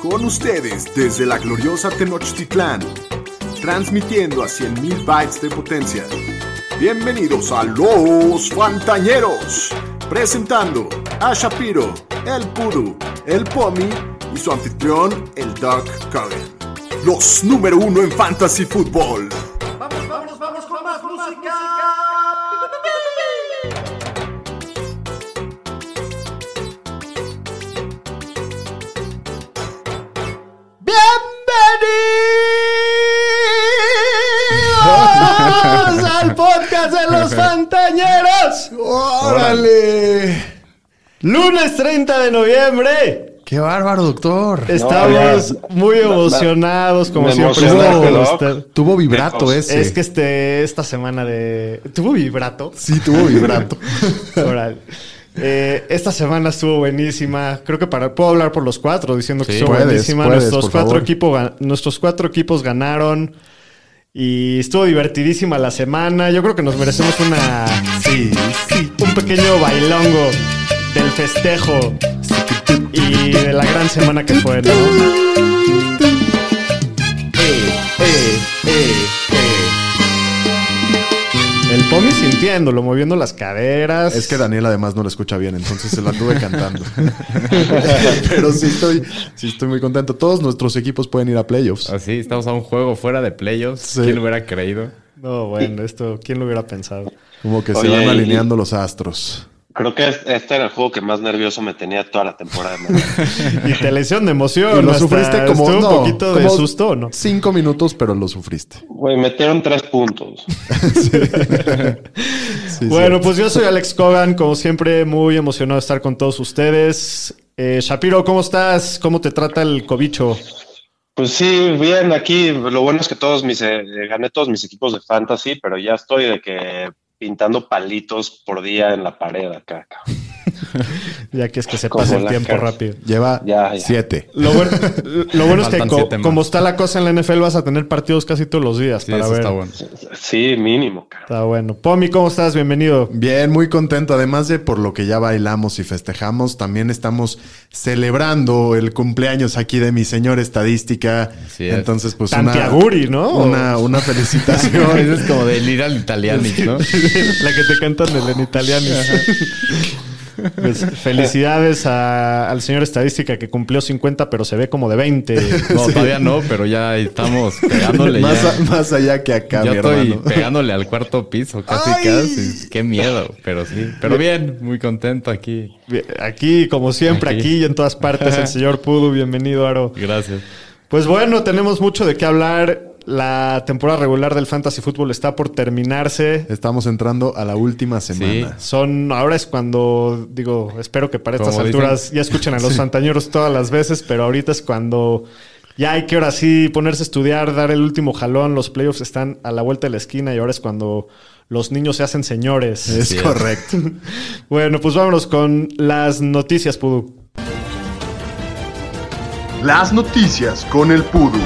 Con ustedes desde la gloriosa Tenochtitlán, transmitiendo a 100,000 bytes de potencia. Bienvenidos a Los Fantañeros, presentando a Shapiro, el Pudu, el Pomi y su anfitrión, el Doc Cogan. Los número 1 en Fantasy Football. Vamos con más música. ¡Bienvenidos al podcast de Los Fantañeros! ¡Órale! Lunes 30 de noviembre. ¡Qué bárbaro, doctor! Estamos muy emocionados, como siempre. Tuvo vibrato ese. Es que esta semana de... ¿Tuvo vibrato? Sí, tuvo vibrato. Órale. Esta semana estuvo buenísima. Creo que puedo hablar por los cuatro, diciendo que estuvo buenísima. Nuestros cuatro equipos ganaron. Y estuvo divertidísima la semana. Yo creo que nos merecemos un pequeño bailongo del festejo y de la gran semana que fue, ¿no? El Pomi sintiéndolo, moviendo las caderas. Es que Daniel además no lo escucha bien, entonces se lo anduve cantando. Pero sí estoy muy contento. Todos nuestros equipos pueden ir a playoffs. Así, estamos a un juego fuera de playoffs. Sí. ¿Quién lo hubiera creído? No, bueno, ¿quién lo hubiera pensado? Como que se van alineando los astros. Creo que este era el juego que más nervioso me tenía toda la temporada. Y te lesión de emoción. Y lo sufriste como un poquito de susto, ¿no? 5 minutos, pero lo sufriste. Güey, metieron 3 puntos. Bueno, pues yo soy Alex Cogan. Como siempre, muy emocionado de estar con todos ustedes. Shapiro, ¿cómo estás? ¿Cómo te trata el cobicho? Pues sí, bien. Aquí lo bueno es que gané todos mis equipos de fantasy, pero ya estoy de que pintando palitos por día en la pared acá. Ya que es que se pasa el tiempo rápido. Lleva 7. Lo bueno es que como está la cosa en la NFL, vas a tener partidos casi todos los días para ver. Está bueno. Sí, mínimo. Cara. Está bueno. Pomi, ¿cómo estás? Bienvenido. Bien, muy contento. Además de por lo que ya bailamos y festejamos, también estamos celebrando el cumpleaños aquí de mi señor estadística. Entonces, pues Tantiaguri, ¿no? Una felicitación. Eso es como de ir al Italianic, ¿no? La que te cantan en Italianic. Pues felicidades al señor estadística que cumplió 50, pero se ve como de 20. No, todavía no, pero ya estamos pegándole. Más allá que acá, ya mi estoy hermano. Pegándole al cuarto piso, casi. Qué miedo, pero sí. Pero bien, muy contento aquí. Aquí, como siempre, aquí y en todas partes, el señor Pudu. Bienvenido, Aro. Gracias. Pues bueno, tenemos mucho de qué hablar. La temporada regular del Fantasy Football está por terminarse. Estamos entrando a la última semana. Sí. Ahora es cuando, espero que para estas alturas ya escuchen a los Fantañeros todas las veces, pero ahorita es cuando ya hay que ahora sí ponerse a estudiar, dar el último jalón. Los playoffs están a la vuelta de la esquina y ahora es cuando los niños se hacen señores. Es correcto. Bueno, pues vámonos con las noticias, Pudu. Las noticias con el Pudu.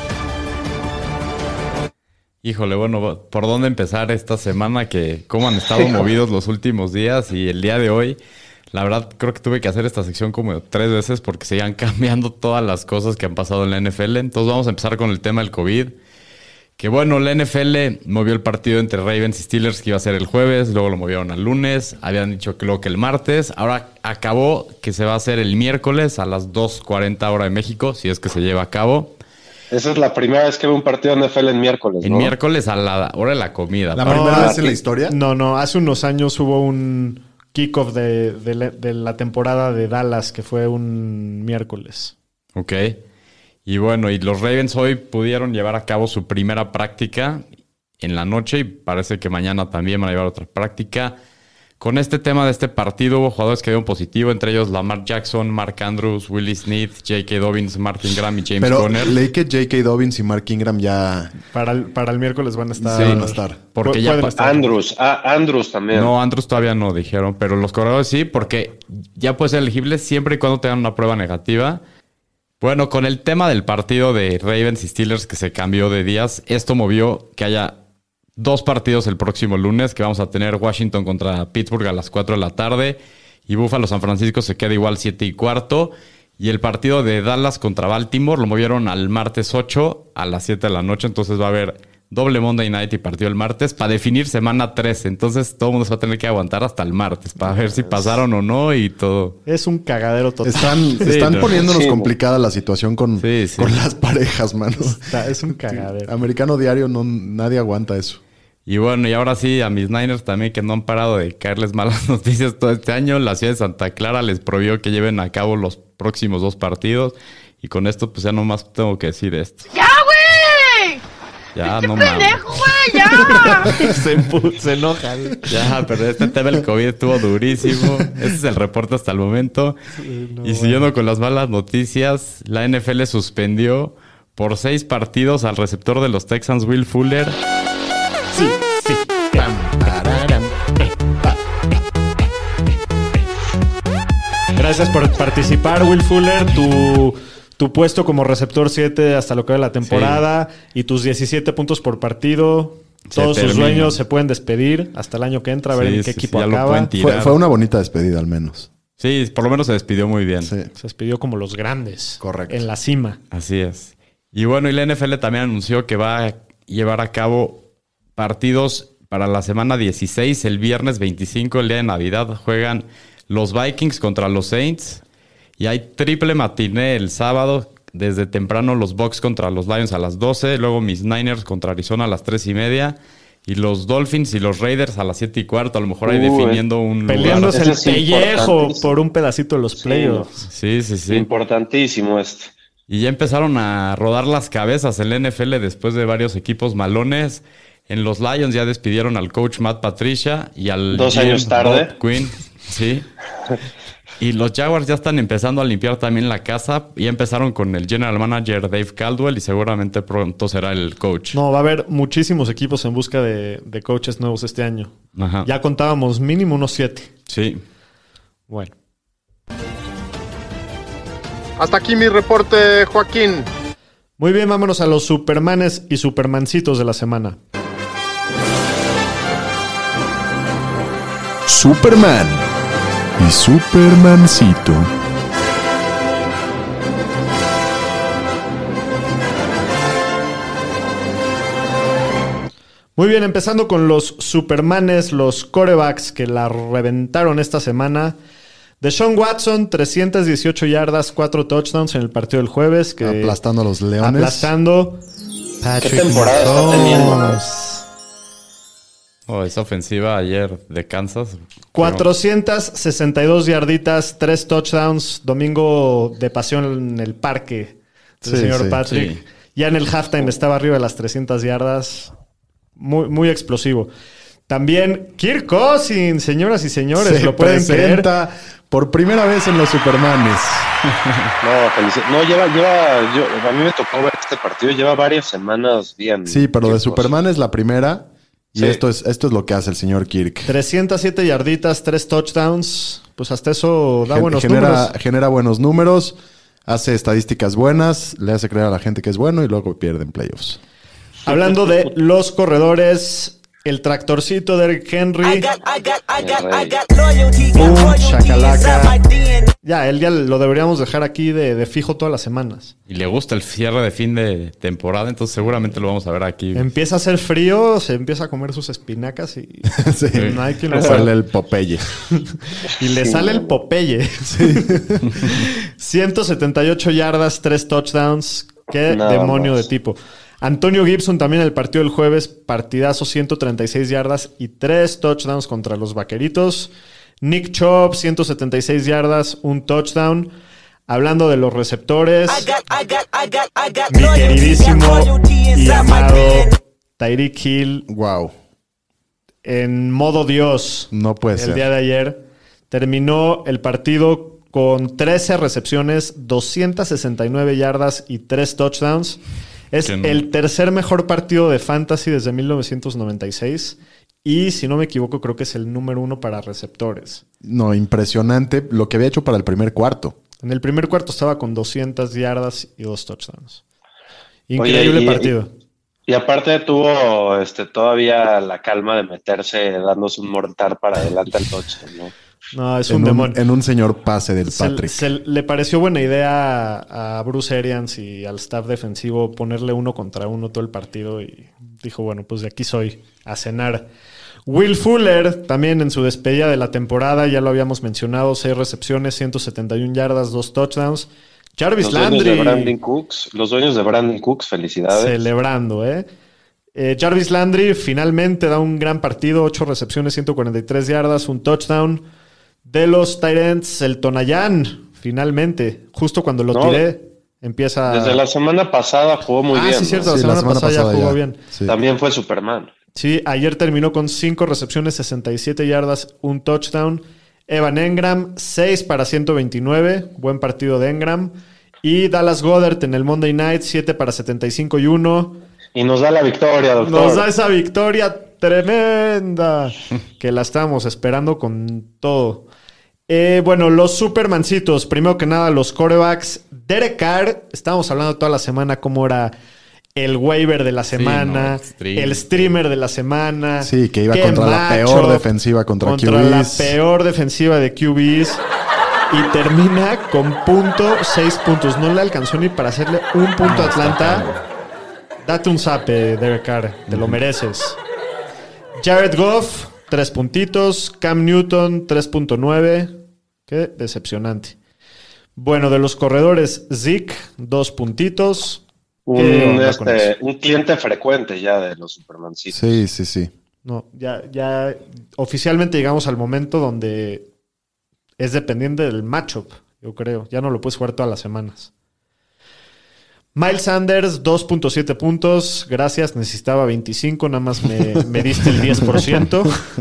Híjole, bueno, ¿por dónde empezar esta semana? Que cómo han estado movidos los últimos días y el día de hoy. La verdad, creo que tuve que hacer esta sección como 3 veces porque se iban cambiando todas las cosas que han pasado en la NFL. Entonces vamos a empezar con el tema del COVID. Que bueno, la NFL movió el partido entre Ravens y Steelers que iba a ser el jueves. Luego lo movieron al lunes. Habían dicho que luego que el martes. Ahora acabó que se va a hacer el miércoles a las 2:40 hora de México, si es que se lleva a cabo. Esa es la primera vez que veo un partido de NFL en miércoles, ¿no? En miércoles a la hora de la comida. ¿La primera vez en la historia? No. Hace unos años hubo un kickoff de la temporada de Dallas que fue un miércoles. Ok. Y bueno, y los Ravens hoy pudieron llevar a cabo su primera práctica en la noche y parece que mañana también van a llevar otra práctica. Con este tema de este partido hubo jugadores que dieron positivo, entre ellos Lamar Jackson, Mark Andrews, Willie Snead, J.K. Dobbins, Mark Ingram y James Conner. Pero leí que J.K. Dobbins y Mark Ingram ya... Para el miércoles van a estar... Sí, van a estar. Porque ya Andrews también. No, Andrews todavía no dijeron, pero los corredores sí, porque ya puede ser elegible siempre y cuando tengan una prueba negativa. Bueno, con el tema del partido de Ravens y Steelers que se cambió de días, esto movió que haya 2 partidos el próximo lunes, que vamos a tener Washington contra Pittsburgh a las 4 de la tarde y Buffalo San Francisco se queda igual 7:15. Y el partido de Dallas contra Baltimore lo movieron al martes 8 a las 7 de la noche. Entonces va a haber doble Monday Night y partido el martes para definir semana 13. Entonces todo el mundo se va a tener que aguantar hasta el martes para ver si pasaron o no y todo. Es un cagadero total. Están poniéndonos complicada la situación con las parejas, mano. Es un cagadero. Americano diario, nadie aguanta eso. Y bueno, y ahora sí, a mis Niners también, que no han parado de caerles malas noticias todo este año. La ciudad de Santa Clara les prohibió que lleven a cabo los próximos 2 partidos. Y con esto, pues ya nomás tengo que decir esto. ¡Ya, güey! Ya, ¡Qué no mames. pendejo, güey! ¡Ya! Se enoja. Ya, pero este tema del COVID estuvo durísimo. Ese es el reporte hasta el momento. Y siguiendo con las malas noticias, la NFL suspendió por 6 partidos al receptor de los Texans, Will Fuller. Sí. Gracias por participar, Will Fuller. Tu puesto como receptor 7 hasta lo que va la temporada y tus 17 puntos por partido. Todos sus dueños se pueden despedir hasta el año que entra, a ver en qué equipo acaba. Fue una bonita despedida al menos. Sí, por lo menos se despidió muy bien. Sí. Se despidió como los grandes. Correcto. En la cima. Así es. Y bueno, y la NFL también anunció que va a llevar a cabo partidos para la semana 16. El viernes 25, el día de Navidad, juegan los Vikings contra los Saints. Y hay triple matiné el sábado. Desde temprano los Bucks contra los Lions a las 12. Luego mis Niners contra Arizona a las 3:30. Y los Dolphins y los Raiders a las 7:15. A lo mejor ahí definiendo un peleándose el pellejo por un pedacito de los playoffs. Sí. Importantísimo esto. Y ya empezaron a rodar las cabezas en la NFL después de varios equipos malones. En los Lions ya despidieron al coach Matt Patricia y al 2 años tarde. Bob Quinn. Sí. Y los Jaguars ya están empezando a limpiar también la casa. Ya empezaron con el general manager Dave Caldwell y seguramente pronto será el coach. No, va a haber muchísimos equipos en busca de coaches nuevos este año. Ajá. Ya contábamos mínimo unos 7. Sí. Bueno. Hasta aquí mi reporte, Joaquín. Muy bien, vámonos a los Supermanes y Supermancitos de la semana. Superman y Supermancito. Muy bien, empezando con los Supermanes, los quarterbacks que la reventaron esta semana. Deshaun Watson, 318 yardas, 4 touchdowns en el partido del jueves. Aplastando a los Leones. Aplastando. ¿Qué temporada está teniendo? Esa ofensiva ayer de Kansas. 462 yarditas, 3 touchdowns. Domingo de pasión en el parque del señor Patrick. Sí. Ya en el halftime estaba arriba de las 300 yardas. Muy, muy explosivo. También Kirk Cousins, señoras y señores, se lo pueden creer. Por primera vez en los Supermanes. No, felicidades. No, a mí me tocó ver este partido. Lleva varias semanas bien. Sí, pero de Superman es la primera. Y sí. esto es lo que hace el señor Kirk. 307 yarditas, 3 touchdowns. Pues hasta eso da buenos números. Genera buenos números, hace estadísticas buenas, le hace creer a la gente que es bueno y luego pierde en playoffs. Hablando de los corredores, el tractorcito de Derrick Henry. Chacalaca. Ya, él ya lo deberíamos dejar aquí de fijo todas las semanas. Y le gusta el cierre de fin de temporada, entonces seguramente lo vamos a ver aquí. Empieza a hacer frío, se empieza a comer sus espinacas y sí. No hay quien lo sale el Popeye. Y le sale el Popeye. Sí. 178 yardas, 3 touchdowns. Qué demonio de tipo. Antonio Gibson también en el partido del jueves, partidazo, 136 yardas y 3 touchdowns contra los Vaqueritos. Nick Chubb, 176 yardas, 1 touchdown. Hablando de los receptores, mi queridísimo y amado Tyreek Hill. Wow. En modo Dios. No puede ser. El día de ayer terminó el partido con 13 recepciones, 269 yardas y 3 touchdowns. Es el tercer mejor partido de fantasy desde 1996. Y si no me equivoco, creo que es el número 1 para receptores. No, impresionante lo que había hecho para el primer cuarto. En el primer cuarto estaba con 200 yardas y 2 touchdowns. Increíble partido. Y aparte tuvo todavía la calma de meterse dándose un mortal para adelante al touchdown, ¿no? No, es un demonio. En un señor pase del Patrick. Le pareció buena idea a Bruce Arians y al staff defensivo ponerle 1 contra 1 todo el partido y dijo, bueno, pues de aquí soy, a cenar. Will Fuller, también en su despedida de la temporada, ya lo habíamos mencionado, 6 recepciones, 171 yardas, 2 touchdowns. Jarvis Landry. Los dueños de Brandon Cooks, felicidades. Celebrando, Jarvis Landry finalmente da un gran partido, 8 recepciones, 143 yardas, un touchdown. De los tight ends, el Tonayán, finalmente, justo cuando lo tiré, empieza... Desde la semana pasada jugó muy bien. Sí, cierto, la semana pasada ya jugó bien. Sí. También fue Superman. Sí, ayer terminó con 5 recepciones, 67 yardas, un touchdown. Evan Engram, 6 para 129, buen partido de Engram. Y Dallas Goedert en el Monday Night, 7 para 75 y 1. Y nos da la victoria, doctor. Nos da esa victoria tremenda que la estábamos esperando con todo. Bueno, los supermancitos. Primero que nada, los quarterbacks. Derek Carr, estábamos hablando toda la semana cómo era el waiver de la semana, el streamer de la semana. Sí, que iba contra la peor defensiva contra QBs. Contra la peor defensiva de QBs. Y termina con 6 puntos. No le alcanzó ni para hacerle un punto a Atlanta. Date un zape, Derek Carr. Te lo mereces. Jared Goff, 3 puntitos. Cam Newton, 3.9. Qué decepcionante. Bueno, de los corredores, Zeke, 2 puntitos. Un cliente frecuente ya de los Supermancitos. Sí. No, ya oficialmente llegamos al momento donde es dependiente del matchup, yo creo. Ya no lo puedes jugar todas las semanas. Miles Sanders, 2.7 puntos. Gracias, necesitaba 25, nada más me diste el 10%.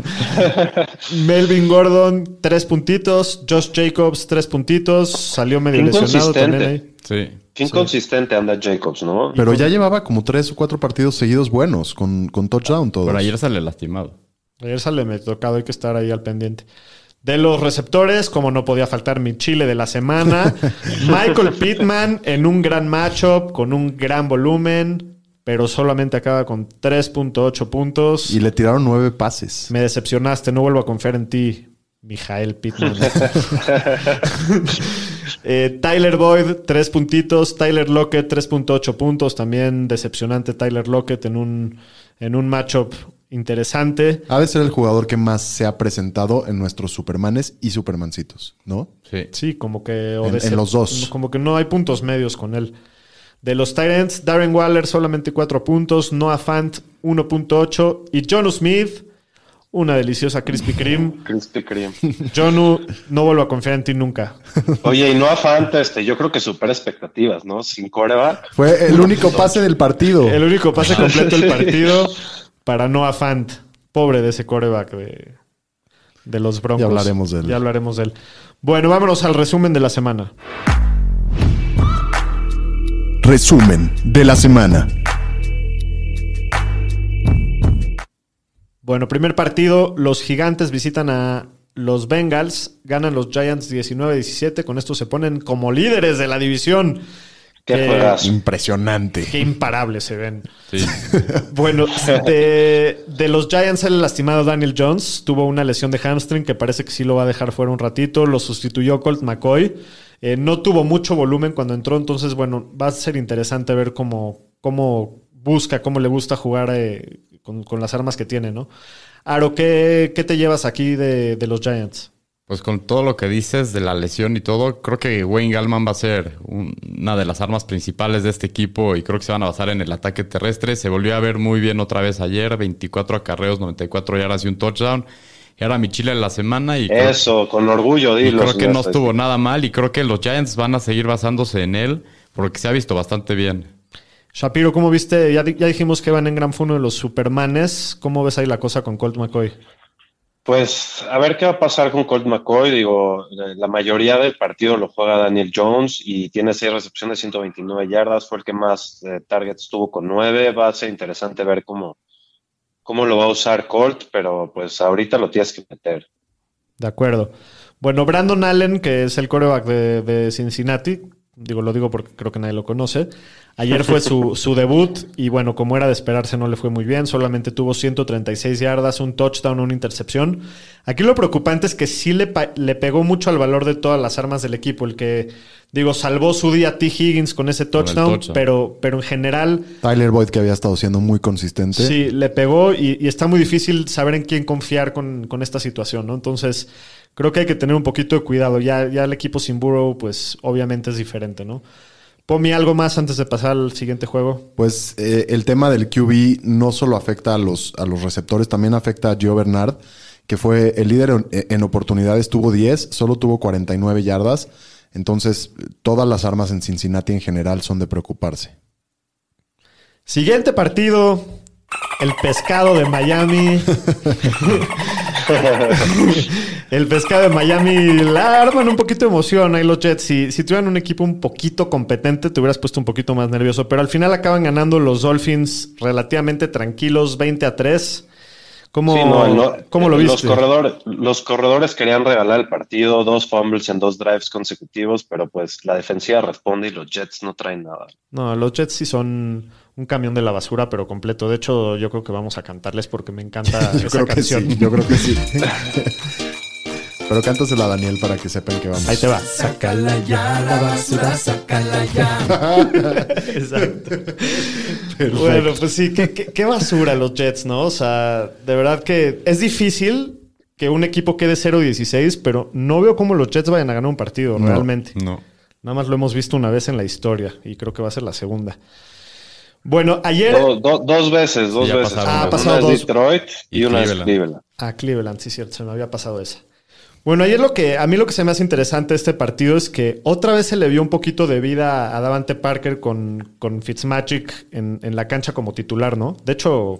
Melvin Gordon, 3 puntitos. Josh Jacobs, 3 puntitos. Salió medio lesionado también ahí. Sí. Qué inconsistente anda Jacobs, ¿no? Pero ya llevaba como 3 o 4 partidos seguidos buenos, con touchdown todos. Pero ayer sale lastimado. Ayer sale me tocado, hay que estar ahí al pendiente. De los receptores, como no podía faltar mi chile de la semana, Michael Pittman en un gran matchup, con un gran volumen, pero solamente acaba con 3.8 puntos. Y le tiraron 9 pases. Me decepcionaste, no vuelvo a confiar en ti, Michael Pittman. Tyler Boyd, 3 puntitos. Tyler Lockett, 3.8 puntos. También decepcionante Tyler Lockett en un matchup interesante. Ha de ser el jugador que más se ha presentado en nuestros Supermanes y Supermancitos, ¿no? Sí, como que... En los dos. Como que no hay puntos medios con él. De los tight ends, Darren Waller solamente 4 puntos. Noah Fant, 1.8. Y Jonnu Smith, una deliciosa Krispy Kreme. Krispy Kreme. Jonnu, no vuelvo a confiar en ti nunca. Oye, y Noah Fant, yo creo que supera expectativas, ¿no? Sin quarterback. Fue el único pase del partido. El único pase completo del partido para Noah Fant. Pobre de ese quarterback de los Broncos. Ya hablaremos de él. Bueno, vámonos al resumen de la semana. Resumen de la semana. Bueno, primer partido, los Gigantes visitan a los Bengals, ganan los Giants 19-17, con esto se ponen como líderes de la división. Qué juegazo. Impresionante. Qué imparables se ven. Sí. Bueno, de los Giants sale lastimado Daniel Jones, tuvo una lesión de hamstring que parece que sí lo va a dejar fuera un ratito, lo sustituyó Colt McCoy. No tuvo mucho volumen cuando entró, entonces bueno, va a ser interesante ver cómo le gusta jugar con las armas que tiene, ¿no? Aro, ¿qué te llevas aquí de los Giants? Pues con todo lo que dices de la lesión y todo, creo que Wayne Gallman va a ser una de las armas principales de este equipo y creo que se van a basar en el ataque terrestre. Se volvió a ver muy bien otra vez ayer, 24 acarreos, 94 yardas y un touchdown. Y ahora mi chile de la semana. Y con orgullo, dilo. Creo que no estuvo nada mal y creo que los Giants van a seguir basándose en él porque se ha visto bastante bien. Shapiro, ¿cómo viste? Ya dijimos que Evan Engram fue uno de los Supermanes. ¿Cómo ves ahí la cosa con Colt McCoy? Pues a ver qué va a pasar con Colt McCoy. Digo, la mayoría del partido lo juega Daniel Jones y tiene 6 recepciones, 129 yardas. Fue el que más targets tuvo con 9. Va a ser interesante ver cómo lo va a usar Colt, pero pues ahorita lo tienes que meter. De acuerdo. Bueno, Brandon Allen, que es el quarterback de Cincinnati, Lo digo porque creo que nadie lo conoce. Ayer fue su debut y bueno, como era de esperarse, no le fue muy bien. Solamente tuvo 136 yardas, un touchdown, una intercepción. Aquí lo preocupante es que sí le pegó mucho al valor de todas las armas del equipo. El que, salvó su día T. Higgins con ese touchdown, pero en general... Tyler Boyd, que había estado siendo muy consistente. Sí, le pegó y está muy difícil saber en quién confiar con esta situación, ¿no? Entonces... Creo que hay que tener un poquito de cuidado. Ya el equipo sin Burrow, pues obviamente es diferente, ¿no? Pomi, ¿algo más antes de pasar al siguiente juego? Pues el tema del QB no solo afecta a los receptores, también afecta a Gio Bernard, que fue el líder en oportunidades, tuvo 10, solo tuvo 49 yardas. Entonces, todas las armas en Cincinnati en general son de preocuparse. Siguiente partido, el pescado de Miami. El pescado de Miami la arman un poquito de emoción ahí los Jets. Si tuvieran un equipo un poquito competente, te hubieras puesto un poquito más nervioso. Pero al final acaban ganando los Dolphins relativamente tranquilos, 20-3. ¿Cómo lo viste? Los corredores querían regalar el partido, 2 fumbles en 2 drives consecutivos, pero pues la defensiva responde y los Jets no traen nada. No, los Jets sí son un camión de la basura, pero completo. De hecho, yo creo que vamos a cantarles porque me encanta esa canción. Yo creo que sí. Pero cántasela a Daniel para que sepan que vamos. Ahí te va. Sácala ya, la basura, sácala ya. Exacto. Perfecto. Bueno, pues sí, qué basura los Jets, ¿no? O sea, de verdad que es difícil que un equipo quede 0-16, pero no veo cómo los Jets vayan a ganar un partido, realmente. No. Nada más lo hemos visto una vez en la historia y creo que va a ser la segunda. Bueno, ayer... Dos veces. Ha pasado una dos. es Detroit y una es Cleveland. Cleveland, sí, cierto. Se me había pasado esa. Bueno, ayer a mí lo que se me hace interesante de este partido es que otra vez se le vio un poquito de vida a Davante Parker con Fitzmagic en la cancha como titular, ¿no? De hecho,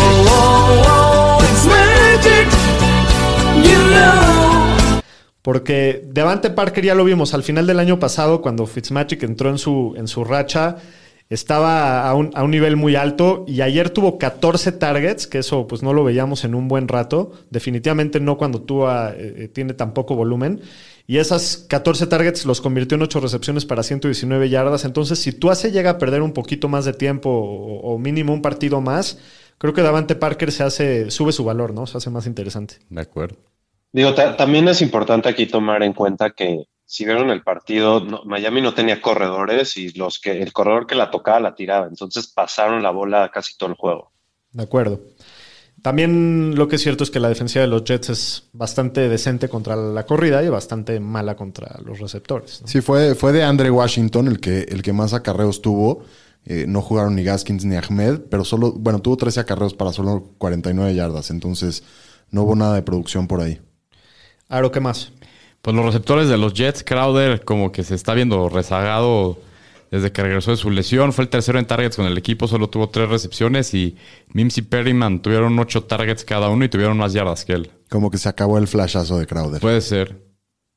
porque Davante Parker ya lo vimos al final del año pasado cuando Fitzmagic entró en su racha. Estaba a un nivel muy alto y ayer tuvo 14 targets, que eso pues no lo veíamos en un buen rato. Definitivamente no cuando Tua tiene tan poco volumen. Y esas 14 targets los convirtió en 8 recepciones para 119 yardas. Entonces, si Tua se llega a perder un poquito más de tiempo o mínimo un partido más, creo que Davante Parker sube su valor, ¿no? Se hace más interesante. De acuerdo. También es importante aquí tomar en cuenta que si vieron el partido, Miami no tenía corredores y el corredor que la tocaba la tiraba. Entonces pasaron la bola casi todo el juego. De acuerdo. También lo que es cierto es que la defensiva de los Jets es bastante decente contra la corrida y bastante mala contra los receptores, ¿no? Sí, fue de Andre Washington el que más acarreos tuvo. No jugaron ni Gaskins ni Ahmed, pero tuvo 13 acarreos para solo 49 yardas. Entonces no hubo nada de producción por ahí. Aro, ¿qué más? Pues los receptores de los Jets, Crowder como que se está viendo rezagado desde que regresó de su lesión. Fue el tercero en targets con el equipo, solo tuvo 3 recepciones y Mims y Perryman tuvieron 8 targets cada uno y tuvieron más yardas que él. Como que se acabó el flashazo de Crowder. Puede ser.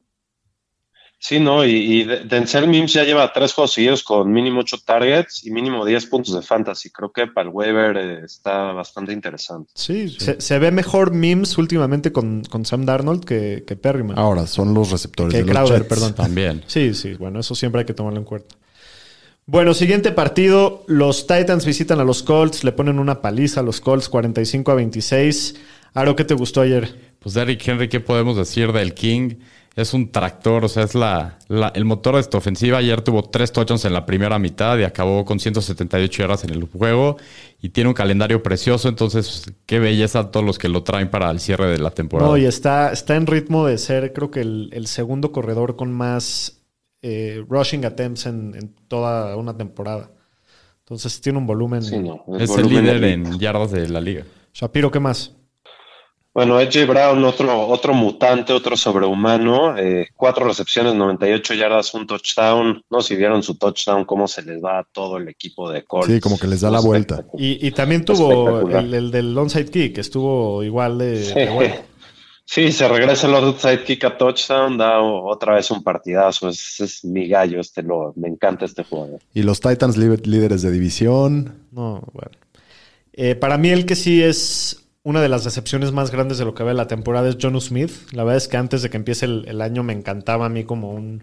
Sí, ¿no? Y Denzel Mims ya lleva 3 juegos seguidos con mínimo 8 targets y mínimo 10 puntos de fantasy. Creo que para el waiver está bastante interesante. Sí. Se ve mejor Mims últimamente con Sam Darnold que Perryman. Ahora, son los receptores de Crowder, los Jets. perdón. También. Sí. Bueno, eso siempre hay que tomarlo en cuenta. Bueno, siguiente partido. Los Titans visitan a los Colts. Le ponen una paliza a los Colts, 45-26. Aro, ¿qué te gustó ayer? Pues Derrick Henry, ¿qué podemos decir del King? Es un tractor, o sea, es el motor de esta ofensiva. Ayer tuvo 3 touchdowns en la primera mitad y acabó con 178 yardas en el juego. Y tiene un calendario precioso, entonces qué belleza a todos los que lo traen para el cierre de la temporada. No, y está en ritmo de ser, creo que el segundo corredor con más rushing attempts en toda una temporada. Entonces tiene un volumen. Sí, no, es el líder en yardas de la liga. Shapiro, ¿qué más? Bueno, A.J. Brown, otro mutante, otro sobrehumano, 4 recepciones, 98 yardas, un touchdown. No, si vieron su touchdown, cómo se les va a todo el equipo de Colts. Sí, como que les da la vuelta. Y también tuvo el del onside kick, que igual de bueno. Sí, se regresa el onside kick a touchdown, da otra vez un partidazo. Es mi gallo, me encanta este jugador. Y los Titans líderes de división. No, bueno. Para mí el que sí es una de las decepciones más grandes de lo que ve la temporada es Jonnu Smith. La verdad es que antes de que empiece el año me encantaba a mí como un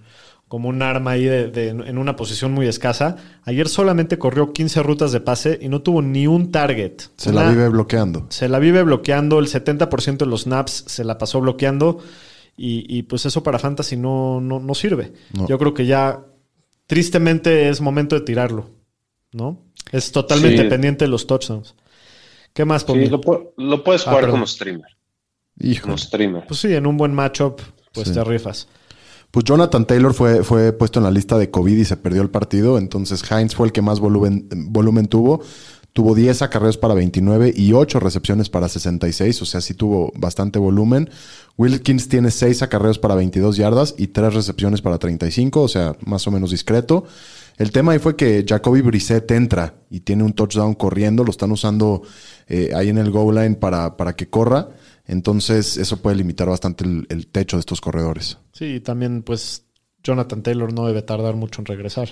como un arma ahí en una posición muy escasa. Ayer solamente corrió 15 rutas de pase y no tuvo ni un target. La vive bloqueando. Se la vive bloqueando. El 70% de los snaps se la pasó bloqueando. Y pues eso para Fantasy no sirve. No. Yo creo que ya, tristemente, es momento de tirarlo, ¿no? Es totalmente dependiente de los touchdowns. ¿Qué más, Pomi? Sí, lo puedes jugar como streamer. Hijo. Como streamer. Pues sí, en un buen matchup, pues te rifas. Pues Jonathan Taylor fue puesto en la lista de COVID y se perdió el partido. Entonces Hines fue el que más volumen tuvo. Tuvo 10 acarreos para 29 y 8 recepciones para 66. O sea, sí tuvo bastante volumen. Wilkins tiene 6 acarreos para 22 yardas y 3 recepciones para 35. O sea, más o menos discreto. El tema ahí fue que Jacoby Brissett entra y tiene un touchdown corriendo. Lo están usando ahí en el goal line para que corra. Entonces, eso puede limitar bastante el techo de estos corredores. Sí, y también, pues, Jonathan Taylor no debe tardar mucho en regresar.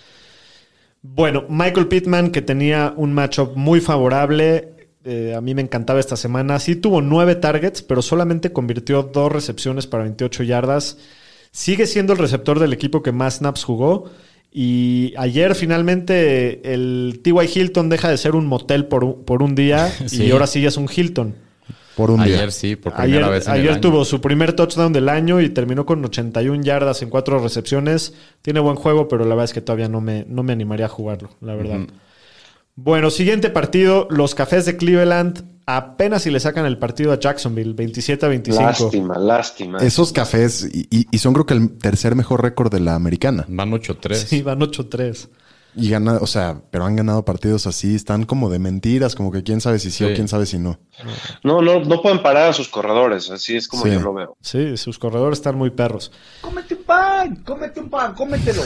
Bueno, Michael Pittman, que tenía un matchup muy favorable. A mí me encantaba esta semana. Sí tuvo 9 targets, pero solamente convirtió 2 recepciones para 28 yardas. Sigue siendo el receptor del equipo que más snaps jugó. Y ayer finalmente el T.Y. Hilton deja de ser un motel por un día y ahora sí ya es un Hilton. Por un día. Ayer sí, por primera vez en el año. Ayer tuvo su primer touchdown del año y terminó con 81 yardas en 4 recepciones. Tiene buen juego, pero la verdad es que todavía no me animaría a jugarlo, la verdad. Uh-huh. Bueno, siguiente partido. Los Cafés de Cleveland apenas si le sacan el partido a Jacksonville, 27-25. Lástima. Esos Cafés, y son creo que el tercer mejor récord de la americana. Van 8-3. Sí, van 8-3. Y pero han ganado partidos así, están como de mentiras, como que quién sabe si sí o quién sabe si no. No pueden parar a sus corredores, así es como yo lo veo. Sí, sus corredores están muy perros. Cómete un pan, cómetelo.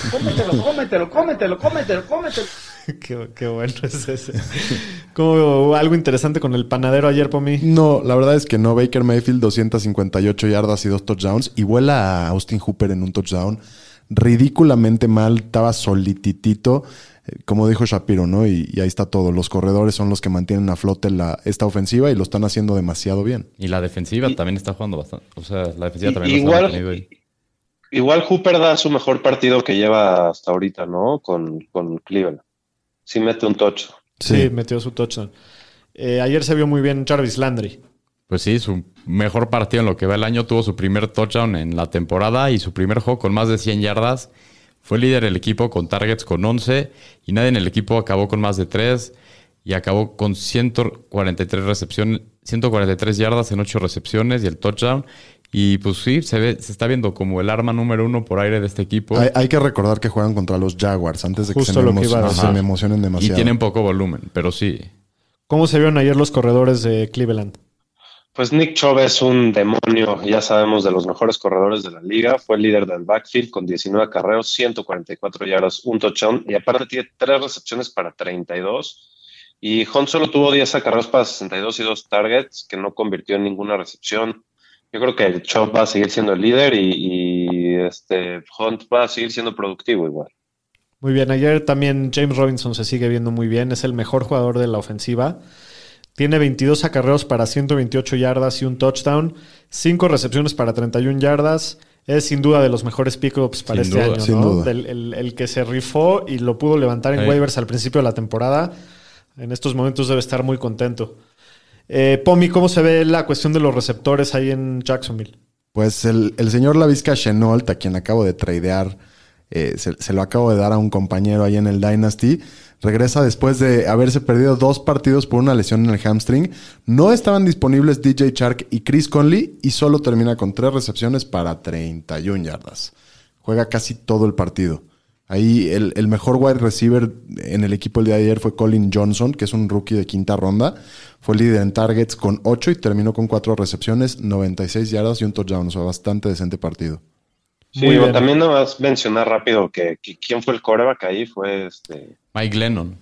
Qué bueno es ese. Como algo interesante con el panadero ayer, Pomi. No, la verdad es que no. Baker Mayfield, 258 yardas y 2 touchdowns. Y vuela a Austin Hooper en un touchdown. Ridículamente mal, estaba solititito, como dijo Shapiro, ¿no? Y ahí está todo. Los corredores son los que mantienen a flote esta ofensiva y lo están haciendo demasiado bien. Y la defensiva también está jugando bastante. O sea, la defensiva también lo está manteniendo ahí. Igual Hooper da su mejor partido que lleva hasta ahorita, ¿no? Con Cleveland. Sí mete un touchdown. Sí, metió su touchdown. Ayer se vio muy bien Jarvis Landry. Pues sí, su mejor partido en lo que va el año. Tuvo su primer touchdown en la temporada y su primer juego con más de 100 yardas. Fue líder del equipo con targets con 11 y nadie en el equipo acabó con más de 3 y acabó con 143 yardas en 8 recepciones y el touchdown. Y pues sí, se está viendo como el arma número 1 por aire de este equipo. Hay que recordar que juegan contra los Jaguars antes de que se me emocionen demasiado. Y tienen poco volumen, pero sí. ¿Cómo se vieron ayer los corredores de Cleveland? Pues Nick Chubb es un demonio, ya sabemos, de los mejores corredores de la liga. Fue el líder del backfield con 19 acarreos, 144 yardas, un touchdown. Y aparte tiene 3 recepciones para 32. Y Hunt solo tuvo 10 acarreos para 62 y 2 targets, que no convirtió en ninguna recepción. Yo creo que el Chubb va a seguir siendo el líder y Hunt va a seguir siendo productivo igual. Muy bien, ayer también James Robinson se sigue viendo muy bien. Es el mejor jugador de la ofensiva. Tiene 22 acarreos para 128 yardas y un touchdown. 5 recepciones para 31 yardas. Es sin duda de los mejores pickups para este año, ¿no? Sin duda. El que se rifó y lo pudo levantar en waivers al principio de la temporada. En estos momentos debe estar muy contento. Pomi, ¿cómo se ve la cuestión de los receptores ahí en Jacksonville? Pues el señor Laviska Shenault, a quien acabo de tradear, se lo acabo de dar a un compañero ahí en el Dynasty. Regresa después de haberse perdido 2 partidos por una lesión en el hamstring. No estaban disponibles DJ Chark y Chris Conley y solo termina con 3 recepciones para 31 yardas. Juega casi todo el partido. Ahí el mejor wide receiver en el equipo el día de ayer fue Colin Johnson, que es un rookie de 5ª ronda. Fue líder en targets con 8 y terminó con 4 recepciones, 96 yardas y un touchdown. O sea, bastante decente partido. Sí, también nada más mencionar rápido que quién fue el quarterback ahí, fue Mike Glennon.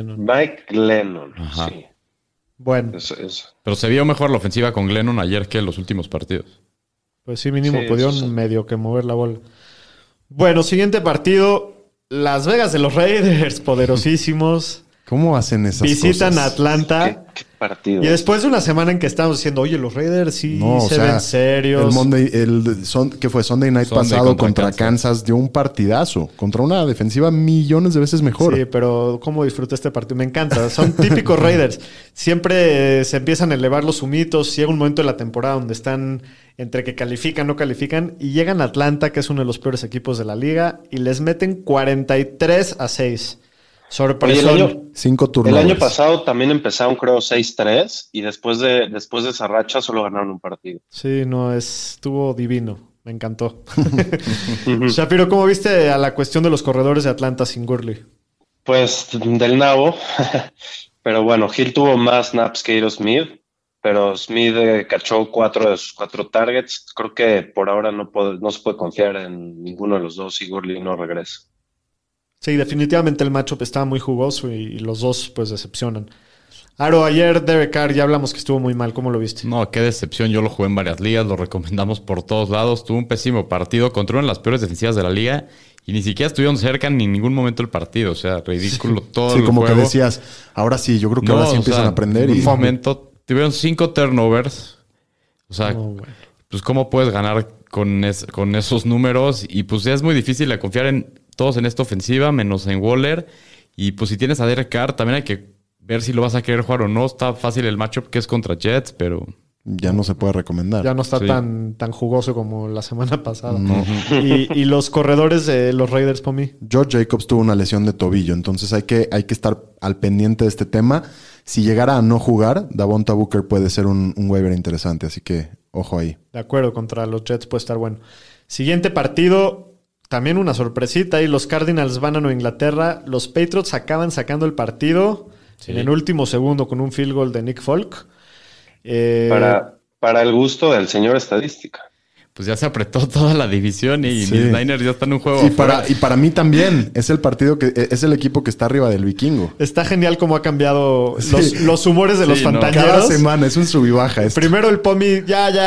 Ajá. Sí. Bueno. Eso. Pero se vio mejor la ofensiva con Glennon ayer que en los últimos partidos. Pues sí, mínimo pudieron medio que mover la bola. Bueno, siguiente partido. Las Vegas de los Raiders, poderosísimos. ¿Cómo hacen esas Visitan cosas? a Atlanta. ¿Qué partido? Y después de una semana en que estábamos diciendo, oye, los Raiders sí se ven serios. ¿Qué fue? Sunday Night Sunday pasado contra Kansas dio un partidazo. Contra una defensiva millones de veces mejor. Sí, pero ¿cómo disfruté este partido? Me encanta. Son típicos Raiders. Siempre se empiezan a elevar los humitos. Llega un momento de la temporada donde están entre que califican, no califican. Y llegan a Atlanta, que es uno de los peores equipos de la liga. Y les meten 43-6. Sorpresa. 5 turnovers. El año pasado también empezaron, creo, 6-3 y después de esa racha solo ganaron un partido. Sí, estuvo divino. Me encantó. Shapiro, ¿cómo viste a la cuestión de los corredores de Atlanta sin Gurley? Pues del nabo. Pero bueno, Hill tuvo más snaps que Iro Smith, pero Smith cachó 4 de sus 4 targets. Creo que por ahora no se puede confiar en ninguno de los dos si Gurley no regresa. Sí, definitivamente el matchup estaba muy jugoso y los dos pues decepcionan. Aro, ayer Derek Carr ya hablamos que estuvo muy mal. ¿Cómo lo viste? No, qué decepción. Yo lo jugué en varias ligas, lo recomendamos por todos lados. Tuvo un pésimo partido contra una de las peores defensivas de la liga y ni siquiera estuvieron cerca en ningún momento del partido. O sea, ridículo todo el como juego. Que decías, ahora sí, yo creo que ahora sí empiezan a aprender. En un momento tuvieron 5 turnovers. O sea, pues ¿cómo puedes ganar con esos números? Y pues ya es muy difícil de confiar en todos en esta ofensiva, menos en Waller. Y pues si tienes a Derek Carr, también hay que ver si lo vas a querer jugar o no. Está fácil el matchup que es contra Jets, pero ya no se puede recomendar. Ya no está tan jugoso como la semana pasada. No. ¿Y los corredores de los Raiders, por mí? George Jacobs tuvo una lesión de tobillo, entonces hay que estar al pendiente de este tema. Si llegara a no jugar, Davonta Booker puede ser un waiver interesante, así que ojo ahí. De acuerdo, contra los Jets puede estar bueno. Siguiente partido, también una sorpresita, y los Cardinals van a Nueva Inglaterra. Los Patriots acaban sacando el partido en el último segundo con un field goal de Nick Folk. Para el gusto del señor estadística. Pues ya se apretó toda la división y mis Niners ya están en un juego. Y para mí también es el equipo que está arriba del vikingo. Está genial cómo ha cambiado los humores de los fantañeros. Cada semana es un sub y baja. Primero el Pomi,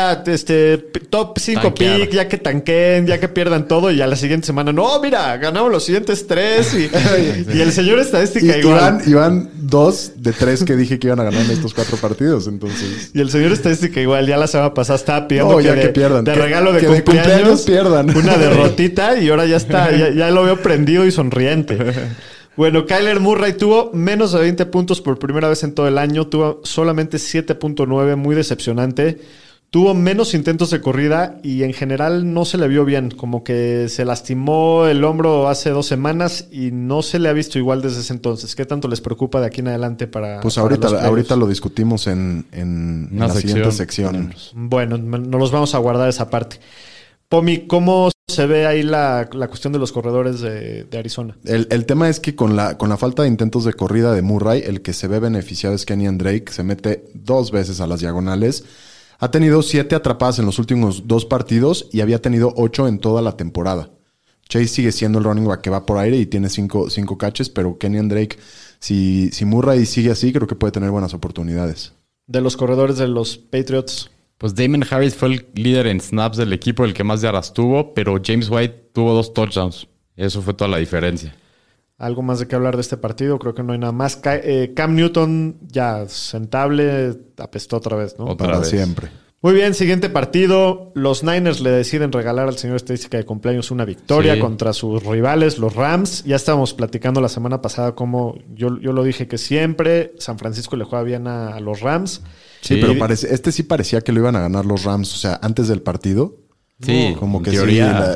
top 5 pick, ya que tanquen, ya que pierdan todo, y a la siguiente semana, no, mira, ganamos los siguientes 3 y el señor estadística igual. Iban 2 de 3 que dije que iban a ganar en estos 4 partidos, entonces. Y el señor estadística igual, ya la semana pasada estaba pidiendo que pierdan. De regalo de cumpleaños pierdan. Una derrotita y ahora ya está, ya lo veo prendido y sonriente. Bueno, Kyler Murray tuvo menos de 20 puntos por primera vez en todo el año, tuvo solamente 7.9, muy decepcionante. Tuvo menos intentos de corrida y en general no se le vio bien, como que se lastimó el hombro hace 2 semanas y no se le ha visto igual desde ese entonces. ¿Qué tanto les preocupa de aquí en adelante para Pues ahorita lo discutimos en la siguiente sección. Bueno, nos los vamos a guardar esa parte. Pomi, ¿cómo se ve ahí la cuestión de los corredores de Arizona? El tema es que con la falta de intentos de corrida de Murray, el que se ve beneficiado es Kenyan Drake. Se mete 2 veces a las diagonales. Ha tenido 7 atrapadas en los últimos 2 partidos y había tenido 8 en toda la temporada. Chase sigue siendo el running back que va por aire y tiene 5 catches, pero Kenyan Drake, si Murray sigue así, creo que puede tener buenas oportunidades. De los corredores de los Patriots. Pues Damon Harris fue el líder en snaps del equipo, el que más yardas tuvo, pero James White tuvo 2 touchdowns. Eso fue toda la diferencia. Algo más de qué hablar de este partido, creo que no hay nada más. Cam Newton ya sentable, apestó otra vez, ¿no? Para siempre. Muy bien, siguiente partido. Los Niners le deciden regalar al señor estadística de cumpleaños una victoria contra sus rivales, los Rams. Ya estábamos platicando la semana pasada cómo yo lo dije que siempre San Francisco le juega bien a los Rams. Sí, pero sí parecía que lo iban a ganar los Rams, o sea, antes del partido. Sí, como que teoría.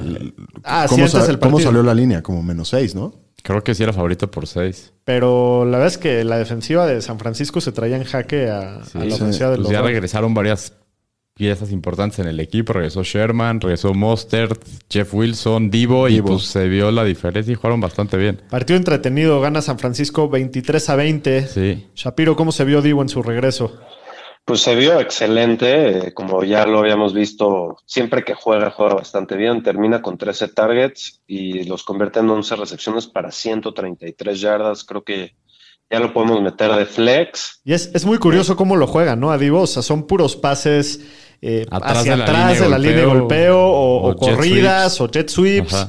¿Cómo salió la línea? Como -6, ¿no? Creo que sí era favorito por 6. Pero la verdad es que la defensiva de San Francisco se traía en jaque a la ofensiva de los ya regresaron varias piezas importantes en el equipo. Regresó Sherman, regresó Mostert, Jeff Wilson, Divo. Y pues se vio la diferencia y jugaron bastante bien. Partido entretenido, gana San Francisco 23-20. Sí. Shapiro, ¿cómo se vio Divo en su regreso? Pues se vio excelente, como ya lo habíamos visto, siempre que juega bastante bien, termina con 13 targets y los convierte en 11 recepciones para 133 yardas, creo que ya lo podemos meter de flex. Y es muy curioso cómo lo juegan, ¿no? A Divo, o sea, son puros pases hacia atrás de la línea de golpeo o corridas sweeps. O jet sweeps. Ajá.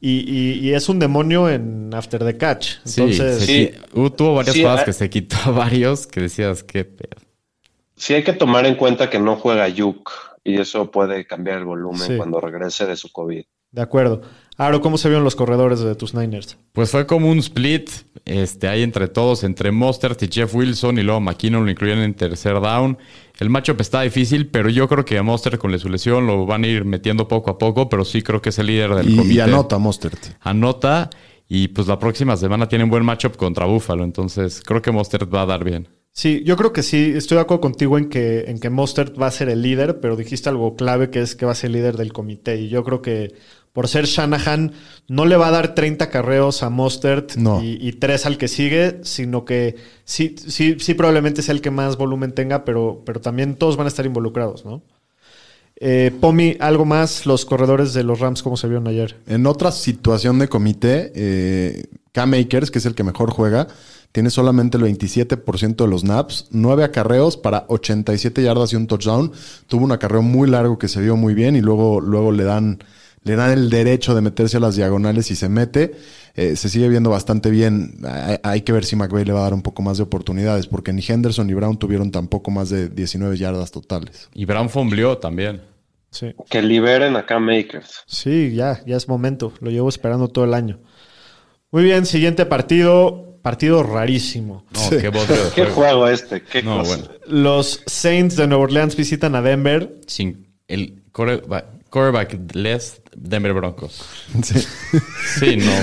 Y es un demonio en After the Catch. Entonces, tuvo varias jugadas que se quitó a varios que decías, qué pedo. Sí, hay que tomar en cuenta que no juega Ayuk y eso puede cambiar el volumen cuando regrese de su COVID. De acuerdo. Aro, ¿cómo se vieron los corredores de tus Niners? Pues fue como un split ahí entre todos, entre Mostert y Jeff Wilson, y luego McKinnon lo incluyeron en tercer down. El matchup está difícil, pero yo creo que a Mostert con su lesión lo van a ir metiendo poco a poco, pero sí creo que es el líder del comité. Y anota Mostert. Anota, y pues la próxima semana tienen buen matchup contra Buffalo, entonces creo que Mostert va a dar bien. Sí, yo creo que sí. Estoy de acuerdo contigo en que Mostert va a ser el líder, pero dijiste algo clave que es que va a ser el líder del comité. Y yo creo que por ser Shanahan no le va a dar 30 carreos a Mostert y 3 al que sigue, sino que sí probablemente sea el que más volumen tenga, pero también todos van a estar involucrados, ¿no? Pomi, algo más, los corredores de los Rams, ¿cómo se vieron ayer? En otra situación de comité, Cam Akers, que es el que mejor juega, tiene solamente el 27% de los snaps, 9 acarreos para 87 yardas y un touchdown. Tuvo un acarreo muy largo que se vio muy bien y luego le dan el derecho de meterse a las diagonales y se mete. Se sigue viendo bastante bien. Hay que ver si McVay le va a dar un poco más de oportunidades, porque ni Henderson ni Brown tuvieron tampoco más de 19 yardas totales. Y Brown fumbleó también. Sí. Que liberen a Cam Akers. Sí, ya es momento. Lo llevo esperando todo el año. Muy bien, siguiente partido. Partido rarísimo. No, sí. ¿Qué juego este? ¿Qué cosa? Bueno. Los Saints de Nueva Orleans visitan a Denver. Sin el quarterback less Denver Broncos. Sí, no.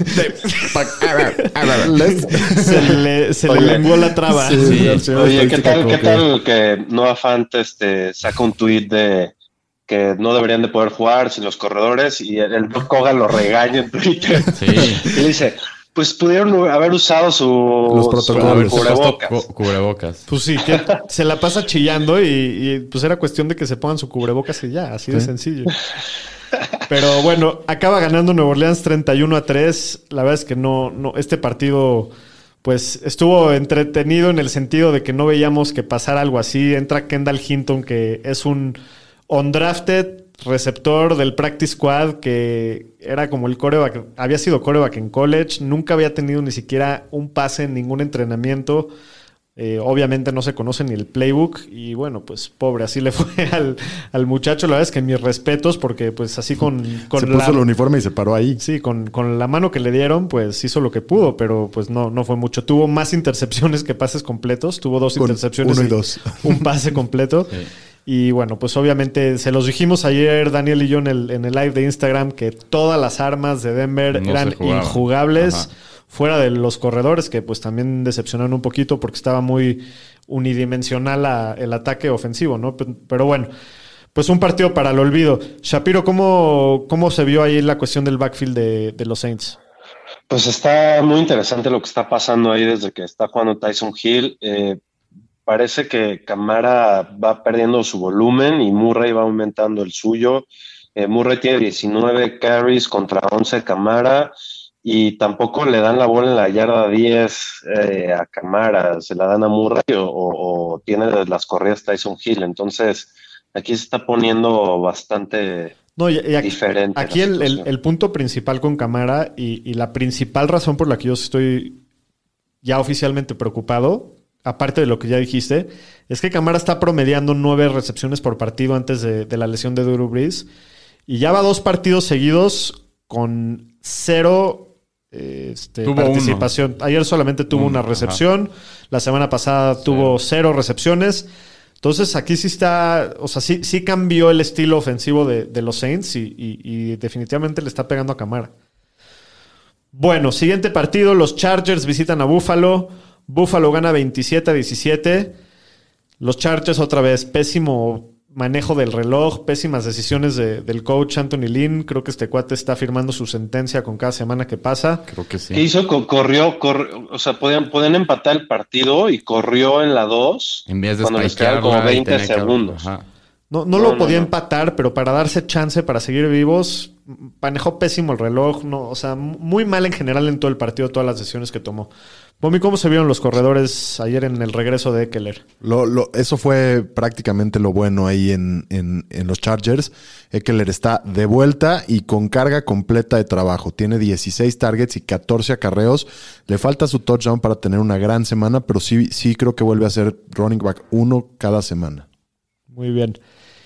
se le lenguó la traba. Sí. Oye, ¿qué tal que Noah Fant saca un tuit de que no deberían de poder jugar sin los corredores y el Doc Hogan lo regaña en Twitter? Sí. Y le dice, pues pudieron haber usado los protocolos, cubrebocas. Pues sí, que se la pasa chillando y pues era cuestión de que se pongan su cubrebocas y ya, así de sencillo. Pero bueno, acaba ganando Nueva Orleans 31-3. La verdad es que no, este partido pues estuvo entretenido en el sentido de que no veíamos que pasara algo así. Entra Kendall Hinton, que es un undrafted receptor del practice squad, que era como el quarterback, había sido quarterback en college, nunca había tenido ni siquiera un pase en ningún entrenamiento. Obviamente no se conoce ni el playbook y bueno, pues pobre, así le fue al muchacho. La verdad es que mis respetos, porque pues así con se puso el uniforme y se paró ahí. Sí, con la mano que le dieron, pues hizo lo que pudo, pero pues no fue mucho. Tuvo más intercepciones que pases completos. Tuvo 2 intercepciones 1 y 2. Un pase completo. Sí. Y bueno, pues obviamente se los dijimos ayer, Daniel y yo, en el live de Instagram, que todas las armas de Denver eran injugables. Ajá. Fuera de los corredores, que pues también decepcionaron un poquito porque estaba muy unidimensional el ataque ofensivo, ¿no? Pero bueno, pues un partido para el olvido. Shapiro, ¿cómo se vio ahí la cuestión del backfield de los Saints? Pues está muy interesante lo que está pasando ahí desde que está jugando Tyson Hill. Parece que Kamara va perdiendo su volumen y Murray va aumentando el suyo. Murray tiene 19 carries contra 11 Kamara. Y tampoco le dan la bola en la yarda 10 a Kamara, se la dan a Murray o tiene las corridas Tyson Hill. Entonces, aquí se está poniendo bastante diferente. Aquí el punto principal con Kamara y la principal razón por la que yo estoy ya oficialmente preocupado, aparte de lo que ya dijiste, es que Kamara está promediando 9 recepciones por partido antes de la lesión de Drew Brees. Y ya va 2 partidos seguidos con 0 participación. Ayer solamente tuvo una recepción. Ajá. La semana pasada tuvo 0 recepciones. Entonces aquí sí está, o sea, sí cambió el estilo ofensivo de los Saints y definitivamente le está pegando a Kamara. Bueno, siguiente partido, los Chargers visitan a Buffalo. Buffalo gana 27-17. Los Chargers otra vez, pésimo manejo del reloj, pésimas decisiones del coach Anthony Lynn. Creo que este cuate está firmando su sentencia con cada semana que pasa. Creo que sí. ¿Qué hizo? Corrió, o sea, podían empatar el partido y corrió en la 2 en vez de cuando les quedaban como 20 segundos. No lo podía empatar, pero para darse chance para seguir vivos, manejó pésimo el reloj. No, o sea, muy mal en general en todo el partido, todas las decisiones que tomó. Bomi, ¿cómo se vieron los corredores ayer en el regreso de Ekeler? Eso fue prácticamente lo bueno ahí en los Chargers. Ekeler está de vuelta y con carga completa de trabajo. Tiene 16 targets y 14 acarreos. Le falta su touchdown para tener una gran semana, pero sí creo que vuelve a ser running back 1 cada semana. Muy bien.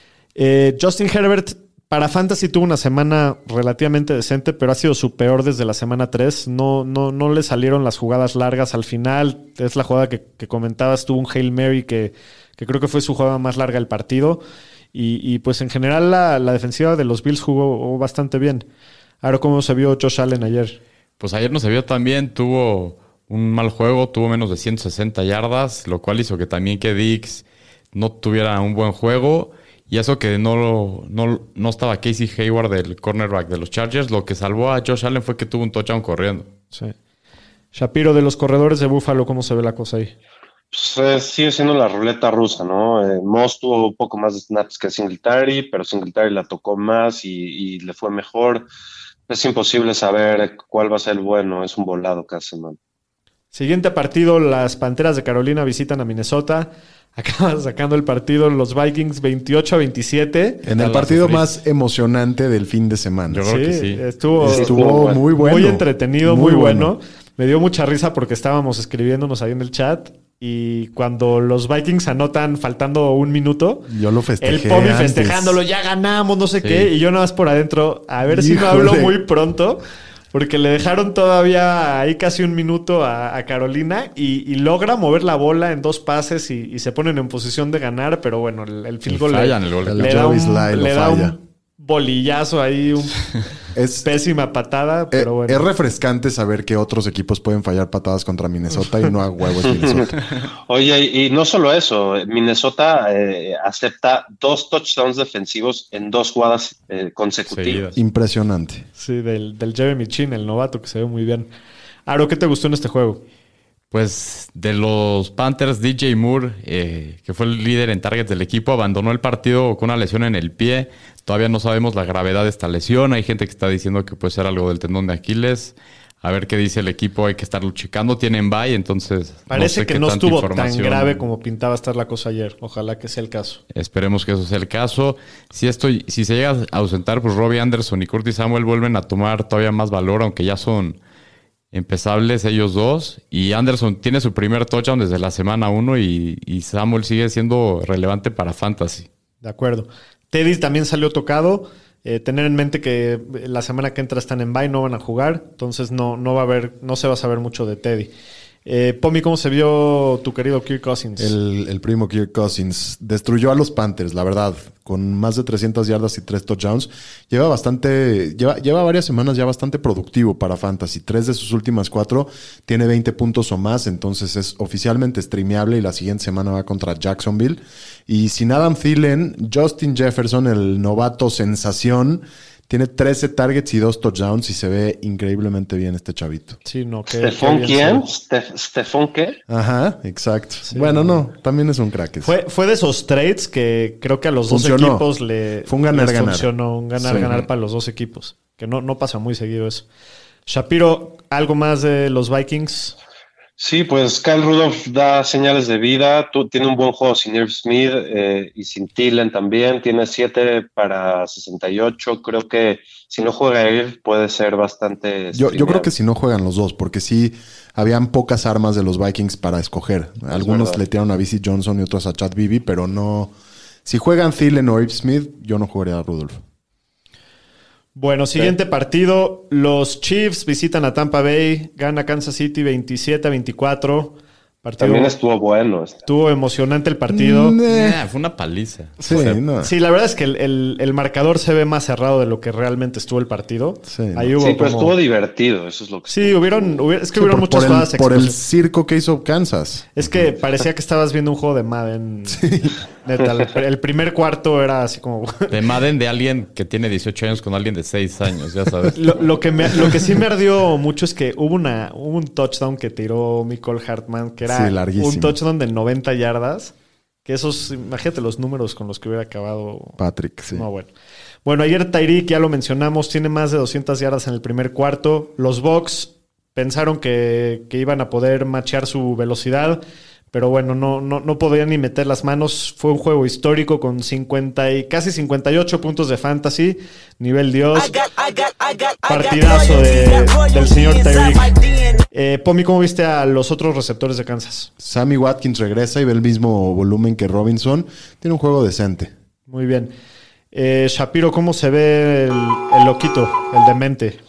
Justin Herbert para Fantasy tuvo una semana relativamente decente, pero ha sido su peor desde la semana 3. No le salieron las jugadas largas al final. Es la jugada que comentabas, tuvo un Hail Mary que creo que fue su jugada más larga del partido. Y pues en general la defensiva de los Bills jugó bastante bien. Ahora, ¿cómo se vio Josh Allen ayer? Pues ayer no se vio tan bien. Tuvo un mal juego, tuvo menos de 160 yardas, lo cual hizo que también que Diggs no tuviera un buen juego. Y eso que no estaba Casey Hayward, el cornerback de los Chargers. Lo que salvó a Josh Allen fue que tuvo un touchdown corriendo. Sí. Shapiro, de los corredores de Buffalo, ¿cómo se ve la cosa ahí? Pues sigue siendo la ruleta rusa, ¿no? Moss tuvo un poco más de snaps que Singletary, pero Singletary la tocó más y le fue mejor. Es imposible saber cuál va a ser el bueno. Es un volado cada semana. Siguiente partido, las Panteras de Carolina visitan a Minnesota. Acaban sacando el partido los Vikings 28-27. En el partido más emocionante del fin de semana. Yo creo que sí. Estuvo muy bueno. Muy entretenido, muy bueno. Me dio mucha risa porque estábamos escribiéndonos ahí en el chat. Y cuando los Vikings anotan faltando un minuto, yo lo festejé. El Pomi festejándolo, ya ganamos, no sé qué. Y yo nada más por adentro, a ver si no hablo muy pronto. Porque le dejaron todavía ahí casi un minuto a Carolina y logra mover la bola en 2 pases y se ponen en posición de ganar, pero bueno, el field goal le da un bolillazo ahí, pésima patada, pero bueno. Es refrescante saber que otros equipos pueden fallar patadas contra Minnesota y no a huevos Minnesota. Oye, y no solo eso, Minnesota acepta 2 touchdowns defensivos en 2 jugadas consecutivas. Impresionante. Sí, del Jeremy Chin, el novato, que se ve muy bien. Aro, ¿qué te gustó en este juego? Pues de los Panthers, DJ Moore, que fue el líder en targets del equipo, abandonó el partido con una lesión en el pie. Todavía no sabemos la gravedad de esta lesión. Hay gente que está diciendo que puede ser algo del tendón de Aquiles. A ver qué dice el equipo, hay que estarlo checando. Tienen bye, entonces parece que no estuvo tan grave como pintaba estar la cosa ayer. Ojalá que sea el caso. Esperemos que eso sea el caso. Si se llega a ausentar, pues Robbie Anderson y Curtis Samuel vuelven a tomar todavía más valor, aunque ya son empezables ellos dos. Y Anderson tiene su primer touchdown desde la semana 1 y Samuel sigue siendo relevante para Fantasy. De acuerdo. Teddy también salió tocado. Tener en mente que la semana que entra están en bye, no van a jugar. Entonces no se va a saber mucho de Teddy. Pomi, ¿cómo se vio tu querido Kirk Cousins? El primo Kirk Cousins destruyó a los Panthers, la verdad, con más de 300 yardas y 3 touchdowns. Lleva varias semanas ya bastante productivo para Fantasy. 3 de sus últimas 4 tiene 20 puntos o más, entonces es oficialmente streameable y la siguiente semana va contra Jacksonville. Y sin Adam Thielen, Justin Jefferson, el novato sensación, tiene 13 targets y 2 touchdowns y se ve increíblemente bien este chavito. Sí, no, ¿Stefon quién? ¿Stefon qué? Ajá, exacto. Sí, bueno, no, también es un crack. Fue de esos trades que creo que a los dos equipos fue un ganar-ganar. Funcionó un ganar-ganar para los dos equipos. Que no pasa muy seguido eso. Shapiro, ¿algo más de los Vikings? Sí, pues Kyle Rudolph da señales de vida. Tiene un buen juego sin Irv Smith y sin Thielen también. Tiene 7 para 68. Creo que si no juega Irv puede ser bastante... Yo creo que si no juegan los dos, porque sí habían pocas armas de los Vikings para escoger. Algunos le tiraron a B.C. Johnson y otros a Chad Beebe, pero no... Si juegan Thielen o Irv Smith, yo no jugaría a Rudolph. Bueno, siguiente partido. Los Chiefs visitan a Tampa Bay. Gana Kansas City 27-24. También estuvo bueno. Estuvo emocionante el partido. Fue una paliza. Sí, la verdad es que el marcador se ve más cerrado de lo que realmente estuvo el partido. Sí, ahí hubo pero estuvo divertido. Eso es lo que... Sí, hubieron muchas jugadas por el circo que hizo Kansas. Es que parecía que estabas viendo un juego de Madden. Sí. Neta, el primer cuarto era así como... De Madden de alguien que tiene 18 años con alguien de 6 años, ya sabes. Lo que sí me ardió mucho es que hubo un touchdown que tiró Mecole Hardman, que era un touchdown de 90 yardas. Que esos, imagínate los números con los que hubiera acabado Patrick, sí. No, bueno. Bueno, ayer Tyreek, ya lo mencionamos, tiene más de 200 yardas en el primer cuarto. Los Bucs pensaron que iban a poder machear su velocidad, pero bueno, no podían ni meter las manos. Fue un juego histórico con casi 58 puntos de fantasy, nivel Dios. Partidazo del señor Tyreek. Pomi, ¿cómo viste a los otros receptores de Kansas? Sammy Watkins regresa y ve el mismo volumen que Robinson. Tiene un juego decente. Muy bien. Shapiro, ¿cómo se ve el loquito, el demente?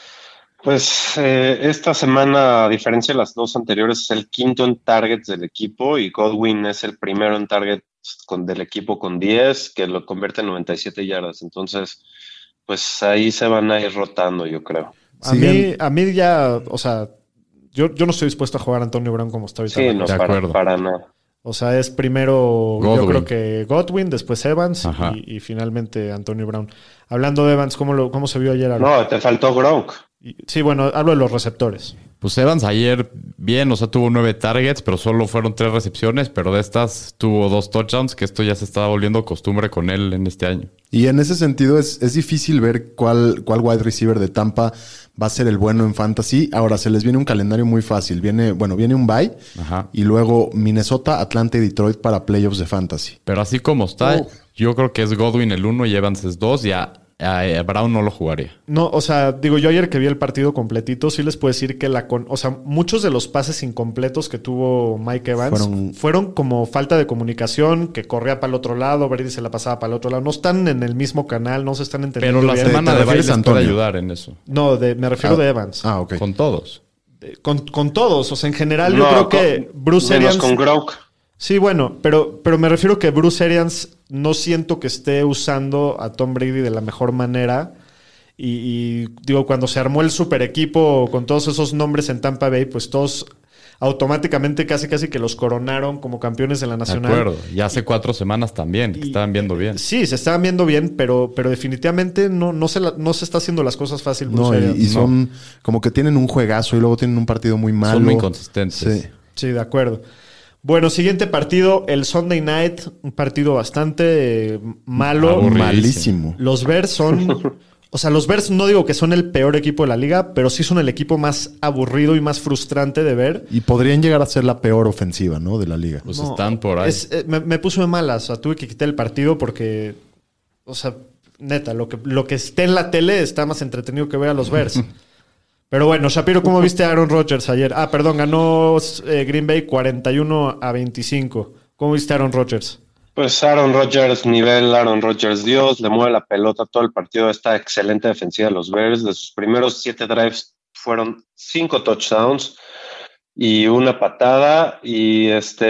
Pues esta semana, a diferencia de las dos anteriores, es el quinto en targets del equipo y Godwin es el primero en targets del equipo con 10, que lo convierte en 97 yardas. Entonces, pues ahí se van a ir rotando, yo creo. A mí ya, o sea, yo no estoy dispuesto a jugar a Antonio Brown como está ahorita. Sí, no, para nada. O sea, es primero Godwin. Yo creo que Godwin, después Evans y finalmente Antonio Brown. Hablando de Evans, ¿cómo se vio ayer? Aaron? No, te faltó Gronk. Sí, bueno, hablo de los receptores. Pues Evans ayer bien, o sea, tuvo 9 targets, pero solo fueron 3 recepciones, pero de estas tuvo 2 touchdowns, que esto ya se está volviendo costumbre con él en este año. Y en ese sentido es difícil ver cuál wide receiver de Tampa va a ser el bueno en fantasy. Ahora, se les viene un calendario muy fácil. Viene un bye y luego Minnesota, Atlanta y Detroit para playoffs de fantasy. Pero así como está, yo creo que es Godwin el 1 y Evans es 2 y a Brown no lo jugaría. No, o sea, digo, yo ayer que vi el partido completito, sí les puedo decir que muchos de los pases incompletos que tuvo Mike Evans fueron como falta de comunicación, que corría para el otro lado, Brady se la pasaba para el otro lado. No están en el mismo canal, no se están entendiendo. Pero la bien. semana de bye les puede ayudar en eso. No, me refiero de Evans. Ok. Con todos. Con todos, o sea, en general yo creo que Bruce Arians... con Gronk. Sí, bueno, pero me refiero que Bruce Arians no siento que esté usando a Tom Brady de la mejor manera. Y digo, cuando se armó el super equipo con todos esos nombres en Tampa Bay, pues todos automáticamente casi que los coronaron como campeones de la Nacional. De acuerdo. Y hace 4 semanas también, que estaban viendo bien. Sí, se estaban viendo bien, pero definitivamente no se está haciendo las cosas fácil. No, y son como que tienen un juegazo y luego tienen un partido muy malo. Son muy inconsistentes. Sí, de acuerdo. Bueno, siguiente partido, el Sunday Night, un partido bastante malo. Malísimo. Los Bears son... O sea, los Bears no digo que son el peor equipo de la liga, pero sí son el equipo más aburrido y más frustrante de ver. Y podrían llegar a ser la peor ofensiva, ¿no? De la liga. Pues están por ahí. Me puso de malas. O sea, tuve que quitar el partido porque... O sea, neta, lo que esté en la tele está más entretenido que ver a los Bears. Pero bueno, Shapiro, ¿cómo viste a Aaron Rodgers ayer? Ganó Green Bay 41-25. ¿Cómo viste a Aaron Rodgers? Pues Aaron Rodgers, nivel Aaron Rodgers Dios, le mueve la pelota todo el partido. Esta excelente defensiva de los Bears. De sus primeros 7 drives fueron 5 touchdowns y una patada y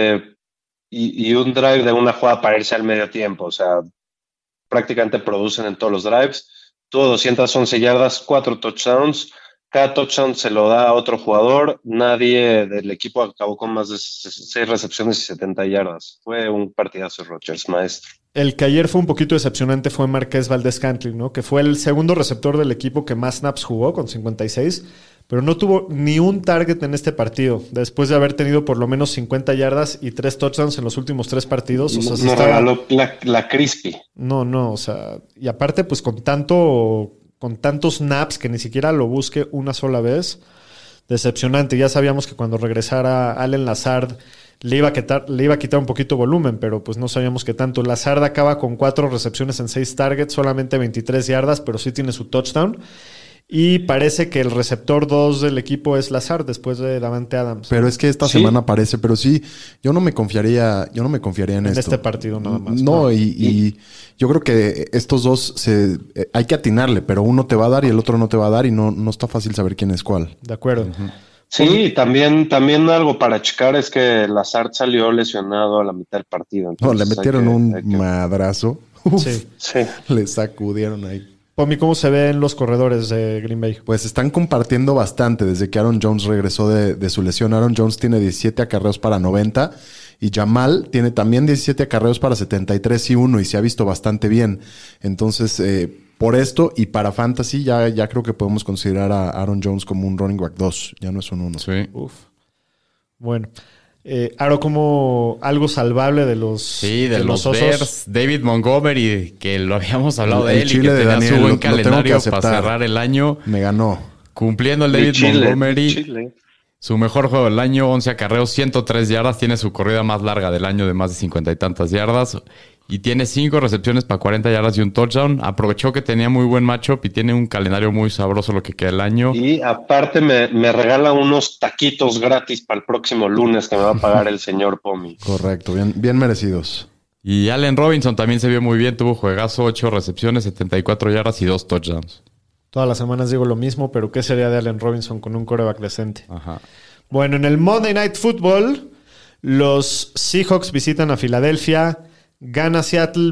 un drive de una jugada para irse al medio tiempo. O sea, prácticamente producen en todos los drives. Tuvo 211 yardas, 4 touchdowns. Cada touchdown se lo da a otro jugador. Nadie del equipo acabó con más de 6 recepciones y 70 yardas. Fue un partidazo de Rodgers, maestro. El que ayer fue un poquito decepcionante fue Marquez Valdez-Scantling, ¿no? Que fue el segundo receptor del equipo que más snaps jugó, con 56, pero no tuvo ni un target en este partido, después de haber tenido por lo menos 50 yardas y 3 touchdowns en los últimos 3 partidos. O sea, nos regaló la crispy. No, o sea, y aparte, pues con tantos snaps que ni siquiera lo busque una sola vez. Decepcionante. Ya sabíamos que cuando regresara Allen Lazard le iba a quitar un poquito volumen, pero pues no sabíamos qué tanto. Lazard acaba con 4 recepciones en 6 targets, solamente 23 yardas, pero sí tiene su touchdown. Y parece que el receptor 2 del equipo es Lazard después de Davante Adams. Pero es que esta semana aparece, pero sí, yo no me confiaría en esto. Este partido nada más. No, y yo creo que estos dos hay que atinarle, pero uno te va a dar y el otro no te va a dar y no está fácil saber quién es cuál. De acuerdo. Uh-huh. Sí, también algo para checar es que Lazard salió lesionado a la mitad del partido. Entonces le metieron un madrazo. Sí. Le sacudieron ahí. Pomi, ¿cómo se ven los corredores de Green Bay? Pues están compartiendo bastante desde que Aaron Jones regresó de su lesión. Aaron Jones tiene 17 acarreos para 90 y Jamal tiene también 17 acarreos para 73 y 1 y se ha visto bastante bien. Entonces, por esto y para Fantasy ya creo que podemos considerar a Aaron Jones como un running back 2. Ya no es un 1. Sí. Uf. Bueno. Aro, como algo salvable de los Sí, de los Bears. David Montgomery, que lo habíamos hablado de él y que tenía Daniel, su buen calendario para cerrar el año. Me ganó. Cumpliendo el David Montgomery. Su mejor juego del año, 11 acarreos, 103 yardas. Tiene su corrida más larga del año de más de 50 y tantas yardas. Y tiene 5 recepciones para 40 yardas y un touchdown. Aprovechó que tenía muy buen matchup y tiene un calendario muy sabroso lo que queda del año. Y aparte me regala unos taquitos gratis para el próximo lunes que me va a pagar el señor Pomi. Correcto, bien merecidos. Y Allen Robinson también se vio muy bien. Tuvo juegazo, 8 recepciones, 74 yardas y 2 touchdowns. Todas las semanas digo lo mismo, pero ¿qué sería de Allen Robinson con un quarterback decente? Ajá. Bueno, en el Monday Night Football, los Seahawks visitan a Filadelfia. Gana Seattle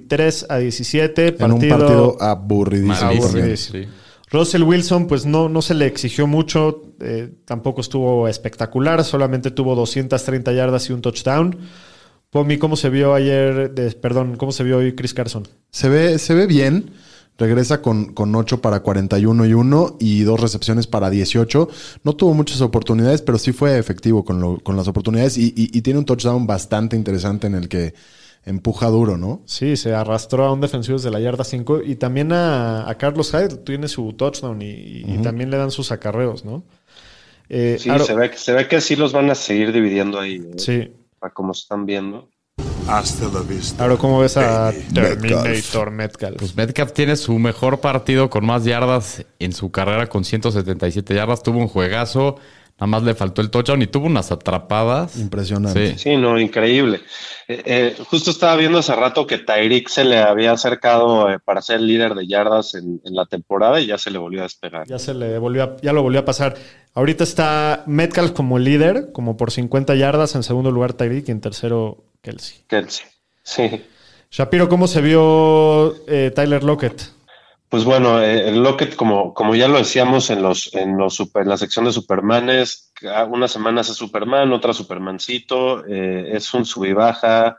23-17. En un partido aburridísimo. Sí. Russell Wilson, pues no se le exigió mucho. Tampoco estuvo espectacular. Solamente tuvo 230 yardas y un touchdown. Pomi, ¿cómo se vio cómo se vio hoy Chris Carson? Se ve bien. Regresa con 8 para 41 y 1 y 2 recepciones para 18. No tuvo muchas oportunidades, pero sí fue efectivo con las oportunidades y tiene un touchdown bastante interesante en el que empuja duro, ¿no? Sí, se arrastró a un defensivo desde la yarda 5 y también a Carlos Hyde tiene su touchdown y también le dan sus acarreos, ¿no? Sí, se ve que sí los van a seguir dividiendo ahí. Sí. Para como están viendo. Hasta la vista. Ahora, ¿cómo ves a Terminator Metcalf? Pues Metcalf tiene su mejor partido con más yardas en su carrera con 177 yardas. Tuvo un juegazo. Nada más le faltó el touchdown y tuvo unas atrapadas. Impresionante. Sí, no, increíble. Justo estaba viendo hace rato que Tyreek se le había acercado para ser líder de yardas en la temporada y ya se le volvió a despegar. Ya lo volvió a pasar. Ahorita está Metcalf como líder, como por 50 yardas. En segundo lugar Tyreek y en tercero Kelsey. Sí. Shapiro, ¿cómo se vio Tyler Lockett? Pues bueno, el Lockett, como ya lo decíamos en la sección de Supermanes, unas semanas es Superman, otra Supermancito, es un sub y baja,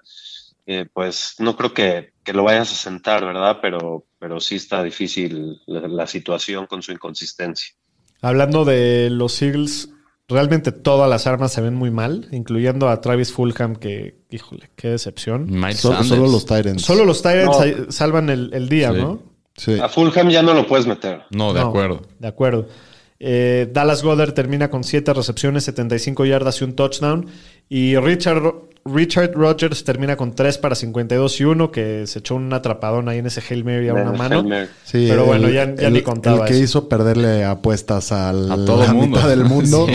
pues no creo que lo vayas a sentar, ¿verdad? Pero sí está difícil la situación con su inconsistencia. Hablando de los Eagles, realmente todas las armas se ven muy mal, incluyendo a Travis Fulgham, que, híjole, qué decepción. Solo los Titans. Solo los Titans salvan el día, sí. ¿No? Sí. A Fulgham ya no lo puedes meter. No, de acuerdo. De acuerdo. Dallas Goedert termina con 7 recepciones, 75 yardas y un touchdown. Y Richard Rodgers termina con 3 para 52 y 1, que se echó un atrapadón ahí en ese Hail Mary a una mano. Sí, pero bueno, ya ni contaba el que eso. hizo perderle apuestas a todo la mundo. Mitad del mundo.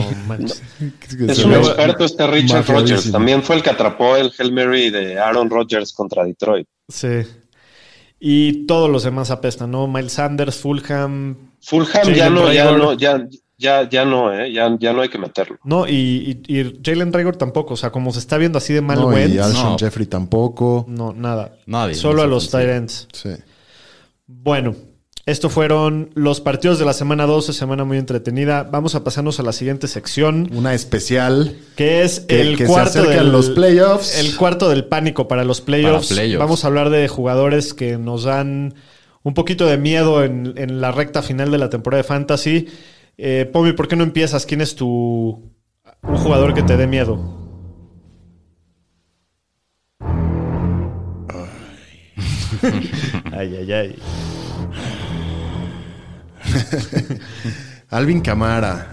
Es un experto Richard Rodgers. También fue el que atrapó el Hail Mary de Aaron Rodgers contra Detroit. Sí. Y todos los demás apestan, ¿no? Miles Sanders, Fulgham ya no hay que meterlo. No, y Jalen Reagor tampoco. O sea, como se está viendo así de mal Wentz. Y Alshon Jeffrey tampoco. No, nada. Nadie. Solo a los tight ends. Sí. Bueno, estos fueron los partidos de la semana 12, semana muy entretenida. Vamos a pasarnos a la siguiente sección. Una especial. Que es el cuarto de los playoffs. El cuarto del pánico para los playoffs. Vamos a hablar de jugadores que nos dan un poquito de miedo en la recta final de la temporada de Fantasy. Pomi, ¿por qué no empiezas? ¿Quién es un jugador que te dé miedo? Ay. Alvin Kamara.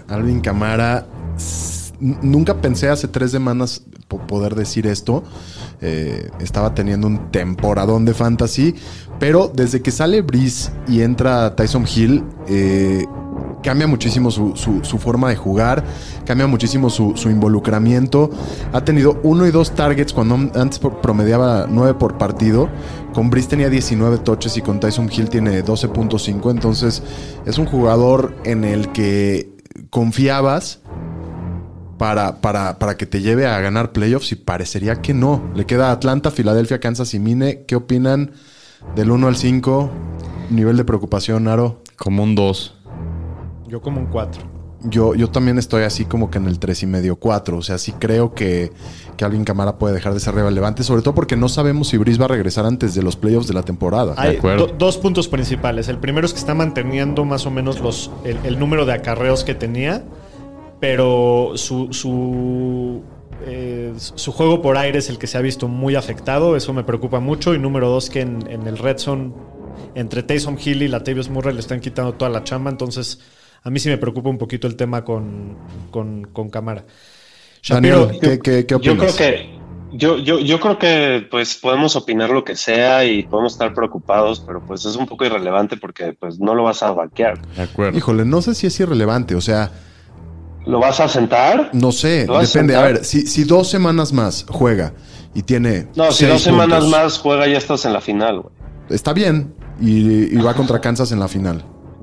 Nunca pensé hace 3 semanas poder decir esto. Estaba teniendo un temporadón de fantasy, pero desde que sale Breeze y entra Tyson Hill, cambia muchísimo su forma de jugar, cambia muchísimo su involucramiento. Ha tenido 1 y 2 targets cuando antes promediaba 9 por partido. Con Breeze tenía 19 touches y con Tyson Hill tiene 12.5. Entonces es un jugador en el que confiabas para que te lleve a ganar playoffs y parecería que no. Le queda Atlanta, Filadelfia, Kansas y Mine. ¿Qué opinan del 1 al 5? Nivel de preocupación, Aro. Como un 2. Yo como un 4. Yo también estoy así como que en el 3.5, 4. O sea, sí creo que Alvin Kamara puede dejar de ser relevante, sobre todo porque no sabemos si Breeze va a regresar antes de los playoffs de la temporada. Hay dos puntos principales. El primero es que está manteniendo más o menos el número de acarreos que tenía, pero su su juego por aire es el que se ha visto muy afectado. Eso me preocupa mucho. Y número 2, que en el red zone, entre Taysom Hill y Latavius Murray le están quitando toda la chamba. Entonces, a mí sí me preocupa un poquito el tema con Kamara. Shapiro, Daniel, ¿qué opinas? Yo creo que pues podemos opinar lo que sea y podemos estar preocupados, pero pues es un poco irrelevante porque pues no lo vas a banquear. De acuerdo. Híjole, no sé si es irrelevante, o sea... ¿Lo vas a sentar? No sé, depende. A ver, si 2 semanas más juega y tiene... No, si 2 semanas más juega ya estás en la final, güey. Está bien, y va contra Kansas en la final.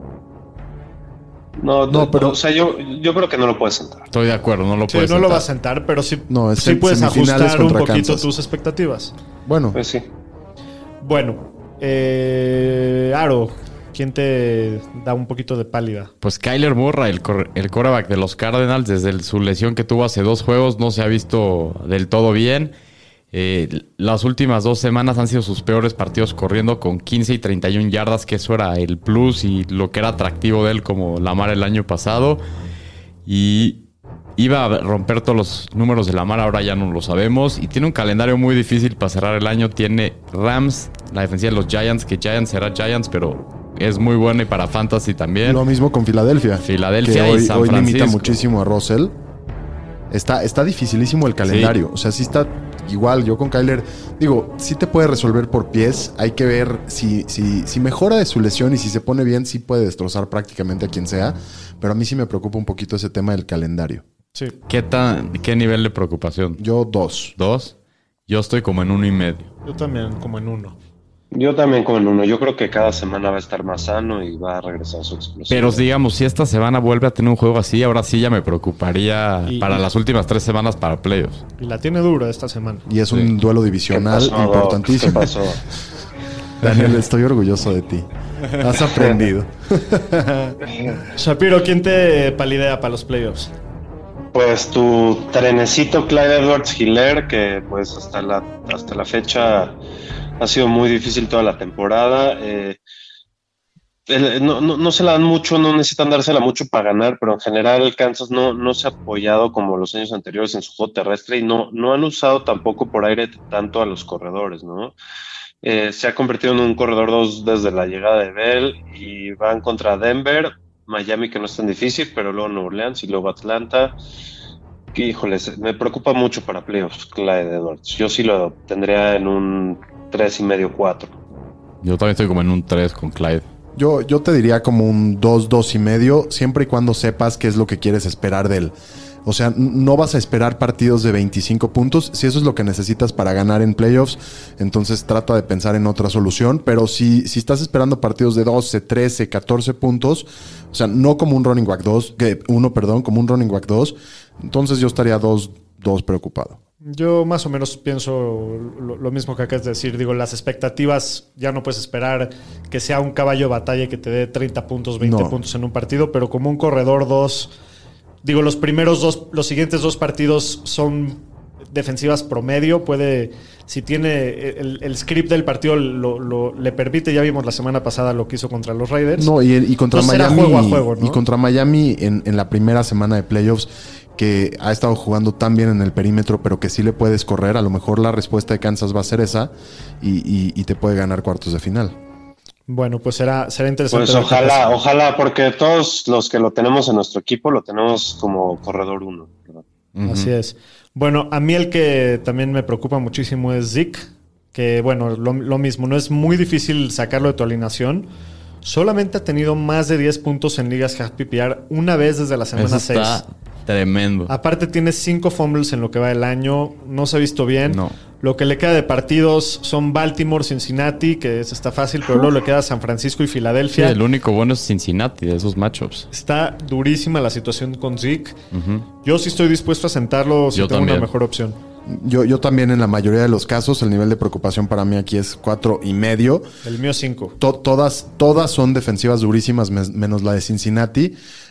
No, pero... O sea, yo creo que no lo puedes sentar. Estoy de acuerdo, no lo puedes sentar. No lo vas a sentar, pero sí, sí puedes ajustar un poquito Kansas. tus expectativas. Bueno. Pues sí. Bueno, Aro, ¿quién te da un poquito de pálida? Pues Kyler Murray, el quarterback de los Cardinals, desde su lesión que tuvo hace 2 juegos, no se ha visto del todo bien. Las últimas 2 semanas han sido sus peores partidos corriendo con 15 y 31 yardas, que eso era el plus y lo que era atractivo de él como Lamar el año pasado. Y iba a romper todos los números de Lamar, ahora ya no lo sabemos. Y tiene un calendario muy difícil para cerrar el año. Tiene Rams, la defensiva de los Giants, que Giants será Giants, pero es muy buena y para Fantasy también. Lo mismo con Filadelfia. Que y San hoy Francisco. limita muchísimo a Russell. Está dificilísimo el calendario. Sí. O sea, sí está igual. Yo con Kyler, digo, sí te puede resolver por pies. Hay que ver si mejora de su lesión y si se pone bien, sí puede destrozar prácticamente a quien sea. Pero a mí sí me preocupa un poquito ese tema del calendario. Sí. ¿Qué nivel de preocupación? Yo 2. ¿2? Yo estoy como en 1.5. Yo también como en 1. Yo también como en 1. Yo creo que cada semana va a estar más sano y va a regresar a su explosión. Pero digamos, si esta semana vuelve a tener un juego así, ahora sí ya me preocuparía para las últimas 3 semanas para playoffs. Y la tiene dura esta semana. Y es un duelo divisional importantísimo. ¿Qué pasó? Daniel, estoy orgulloso de ti. Has aprendido. Shapiro, ¿quién te palidea para los playoffs? Pues tu trenecito Clyde Edwards-Helaire, que pues hasta la fecha ha sido muy difícil toda la temporada. No se la dan mucho, no necesitan dársela mucho para ganar, pero en general Kansas no se ha apoyado como los años anteriores en su juego terrestre y no han usado tampoco por aire tanto a los corredores, ¿no? Se ha convertido en un corredor 2 desde la llegada de Bell y van contra Denver, Miami, que no es tan difícil, pero luego Nueva Orleans y luego Atlanta. Híjoles, me preocupa mucho para playoffs Clyde Edwards. Yo sí lo tendría en un 3.5, 4. Yo también estoy como en un 3 con Clyde. Yo te diría como un 2, 2.5, siempre y cuando sepas qué es lo que quieres esperar de él. O sea, no vas a esperar partidos de 25 puntos. Si eso es lo que necesitas para ganar en playoffs, entonces trata de pensar en otra solución. Pero si estás esperando partidos de 12, 13, 14 puntos, o sea, no como un running back 2, como un running back 2, entonces yo estaría 2 preocupado. Yo más o menos pienso lo mismo que acabas de decir. Digo, las expectativas ya no puedes esperar que sea un caballo de batalla que te dé 30 puntos, 20 puntos en un partido, pero como un corredor 2... Digo, los siguientes 2 partidos son defensivas promedio. Si tiene el script del partido le permite, ya vimos la semana pasada lo que hizo contra los Raiders. No, y contra entonces Miami. Juego a juego, ¿no? Y contra Miami en la primera semana de playoffs, que ha estado jugando tan bien en el perímetro, pero que sí le puedes correr. A lo mejor la respuesta de Kansas va a ser esa y te puede ganar cuartos de final. Bueno, pues será interesante. Pues ojalá, porque todos los que lo tenemos en nuestro equipo lo tenemos como corredor 1, ¿verdad? Uh-huh. Así es. Bueno, a mí el que también me preocupa muchísimo es Zeke, que bueno, lo mismo, no es muy difícil sacarlo de tu alineación. Solamente ha tenido más de 10 puntos en ligas half PPR una vez desde la semana 6. Está tremendo. Aparte tiene 5 fumbles en lo que va del año. No se ha visto bien. No. Lo que le queda de partidos son Baltimore, Cincinnati, que está fácil, pero luego le queda San Francisco y Filadelfia. Sí, el único bueno es Cincinnati de esos matchups. Está durísima la situación con Zeke. Uh-huh. Yo sí estoy dispuesto a sentarlo si tengo una mejor opción. Yo también en la mayoría de los casos. El nivel de preocupación para mí aquí es 4.5. El mío 5. Todas son defensivas durísimas, menos la de Cincinnati.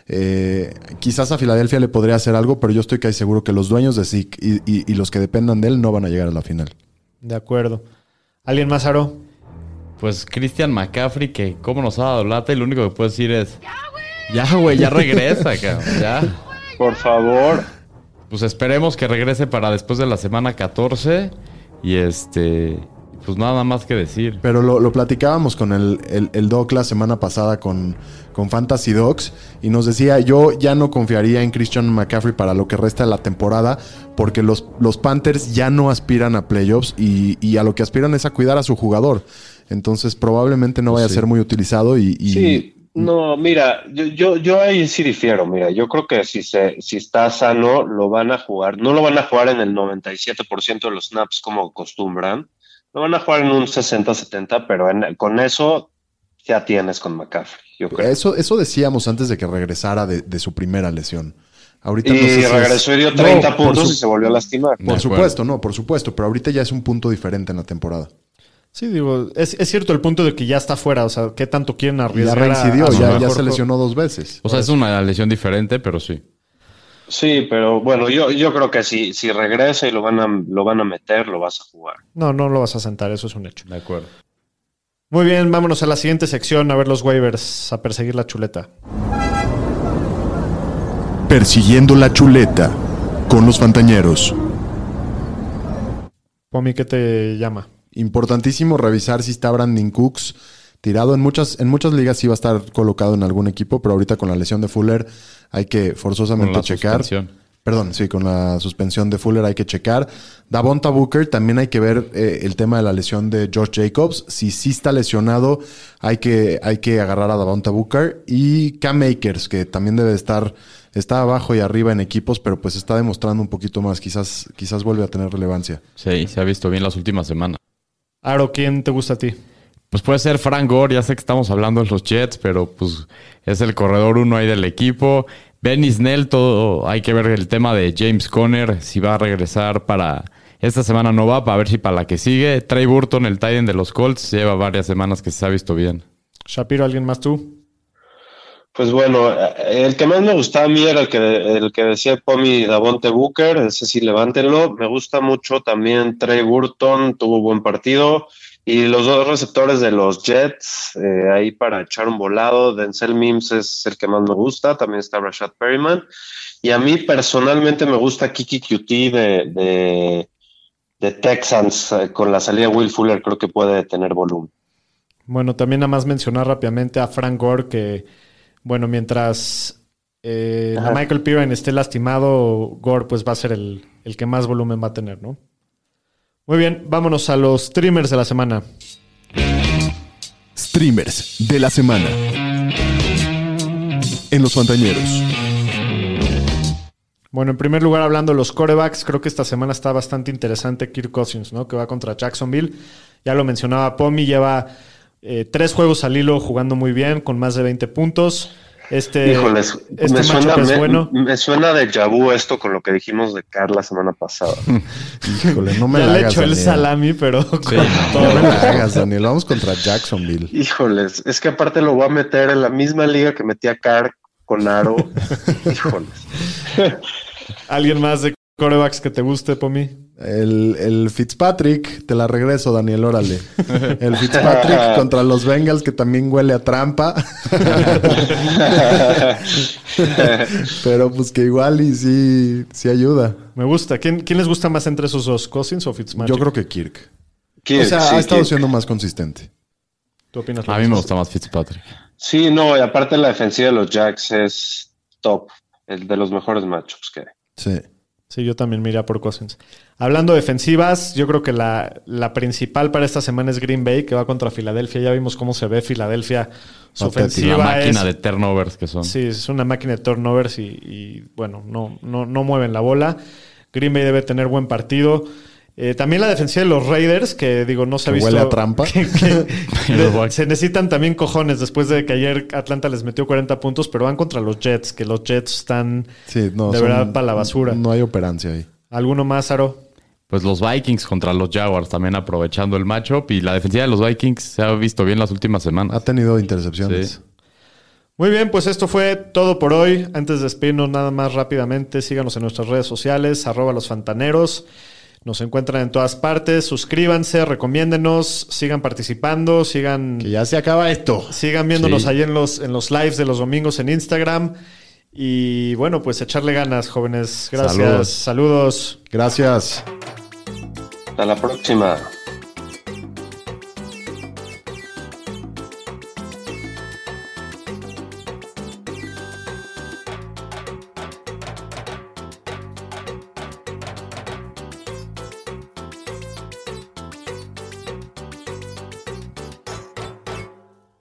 Quizás a Filadelfia le podría hacer algo, pero yo estoy casi seguro que los dueños de Zeke y los que dependan de él no van a llegar a la final. De acuerdo. ¿Alguien más, Aro? Pues Christian McCaffrey, que como nos ha dado lata y lo único que puedo decir es... Ya, güey, ya regresa, cabrón. Ya. Por favor. Pues esperemos que regrese para después de la semana 14. Y pues nada más que decir. Pero lo platicábamos con el Doc la semana pasada con Fantasy Docs y nos decía, yo ya no confiaría en Christian McCaffrey para lo que resta de la temporada porque los Panthers ya no aspiran a playoffs y a lo que aspiran es a cuidar a su jugador. Entonces probablemente no vaya a ser muy utilizado Sí, no, mira, yo ahí sí difiero. Mira, yo creo que si está sano, lo van a jugar. No lo van a jugar en el 97% de los snaps como acostumbran. Lo van a jugar en un 60-70, pero con eso ya tienes con McCaffrey, yo creo. Eso decíamos antes de que regresara de su primera lesión. Ahorita no sé si regresó y dio 30 puntos y se volvió a lastimar. Por supuesto, pero ahorita ya es un punto diferente en la temporada. Sí, digo, es cierto el punto de que ya está fuera. O sea, ¿qué tanto quieren arriesgar? Ya reincidió, ya se lesionó 2 veces. O sea, es una lesión diferente, pero sí. Sí, pero bueno, yo creo que si regresa y lo van a meter, lo vas a jugar. No lo vas a sentar, eso es un hecho. De acuerdo. Muy bien, vámonos a la siguiente sección, a ver los waivers, a perseguir la chuleta. Persiguiendo la chuleta con los Fantañeros. Pomi, ¿qué te llama? Importantísimo revisar si está Brandon Cooks tirado. En muchas ligas sí va a estar colocado en algún equipo, pero ahorita con la lesión de Fuller hay que forzosamente checar. Con la suspensión de Fuller hay que checar. Davonta Booker, también hay que ver el tema de la lesión de Josh Jacobs. Si sí está lesionado, hay que agarrar a Davonta Booker. Y Cam Akers, que también está abajo y arriba en equipos, pero pues está demostrando un poquito más. Quizás vuelve a tener relevancia. Sí, se ha visto bien las últimas semanas. Aro, ¿quién te gusta a ti? Pues puede ser Frank Gore, ya sé que estamos hablando de los Jets, pero pues es el corredor 1 ahí del equipo. Benny Snell, hay que ver el tema de James Conner, si va a regresar para... Esta semana no va, para ver si para la que sigue. Trey Burton, el tight end de los Colts, lleva varias semanas que se ha visto bien. Shapiro, ¿alguien más tú? Pues bueno, el que más me gustaba a mí era el que decía Pomi, Davonta Booker, ese sí, levántenlo. Me gusta mucho también Trey Burton, tuvo buen partido. Y los 2 receptores de los Jets, ahí para echar un volado. Denzel Mims es el que más me gusta, también está Rashad Perryman. Y a mí personalmente me gusta Kiki QT de Texans, con la salida de Will Fuller creo que puede tener volumen. Bueno, también nada más mencionar rápidamente a Frank Gore, que bueno, mientras Michael Pittman esté lastimado, Gore pues va a ser el que más volumen va a tener, ¿no? Muy bien, vámonos a los streamers de la semana. Streamers de la semana en los Fantañeros. Bueno, en primer lugar, hablando de los quarterbacks, creo que esta semana está bastante interesante Kirk Cousins, ¿no? Que va contra Jacksonville. Ya lo mencionaba Pomi, lleva 3 juegos al hilo jugando muy bien, con más de 20 puntos. Híjoles, me suena de déjà vu esto con lo que dijimos de Carl la semana pasada. Híjole, no me ya la le hagas, echo el Daniel. salami, pero Sí, no me la hagas, Daniel. Vamos contra Jacksonville. Híjoles, es que aparte lo voy a meter en la misma liga que metí a Carl con Aro. Híjoles. ¿Alguien más de quarterbacks que te guste, Pomi? El Fitzpatrick, te la regreso, Daniel, órale. El Fitzpatrick contra los Bengals, que también huele a trampa. Pero pues que igual y sí ayuda. Me gusta. ¿Quién les gusta más entre esos dos, Cousins o Fitzmagic? Yo creo que Kirk. O sea, ha estado siendo más consistente. ¿Tú opinas? A mí me gusta más Fitzpatrick. Sí, no, y aparte la defensiva de los Jacks es top. El de los mejores matchups que hay. Sí. Sí, yo también me iría por Cousins. Hablando de defensivas, yo creo que la principal para esta semana es Green Bay, que va contra Filadelfia. Ya vimos cómo se ve Filadelfia. Su ofensiva una máquina de turnovers que son. Sí, es una máquina de turnovers y bueno, no mueven la bola. Green Bay debe tener buen partido. También la defensiva de los Raiders, que digo, no se ha visto... Huele a trampa. Se necesitan también cojones después de que ayer Atlanta les metió 40 puntos, pero van contra los Jets, que los Jets están verdad para la basura. No hay operancia ahí. ¿Alguno más, Aro? Pues los Vikings contra los Jaguars, también aprovechando el matchup. Y la defensiva de los Vikings se ha visto bien las últimas semanas. Ha tenido intercepciones. Sí. Muy bien, pues esto fue todo por hoy. Antes de despedirnos nada más rápidamente, síganos en nuestras redes sociales, @losfantaneros. Nos encuentran en todas partes. Suscríbanse, recomiéndenos, sigan participando, sigan... Que ya se acaba esto. Sigan viéndonos ahí en los lives de los domingos en Instagram. Y bueno, pues echarle ganas, jóvenes. Gracias. Saludos. Gracias. Hasta la próxima.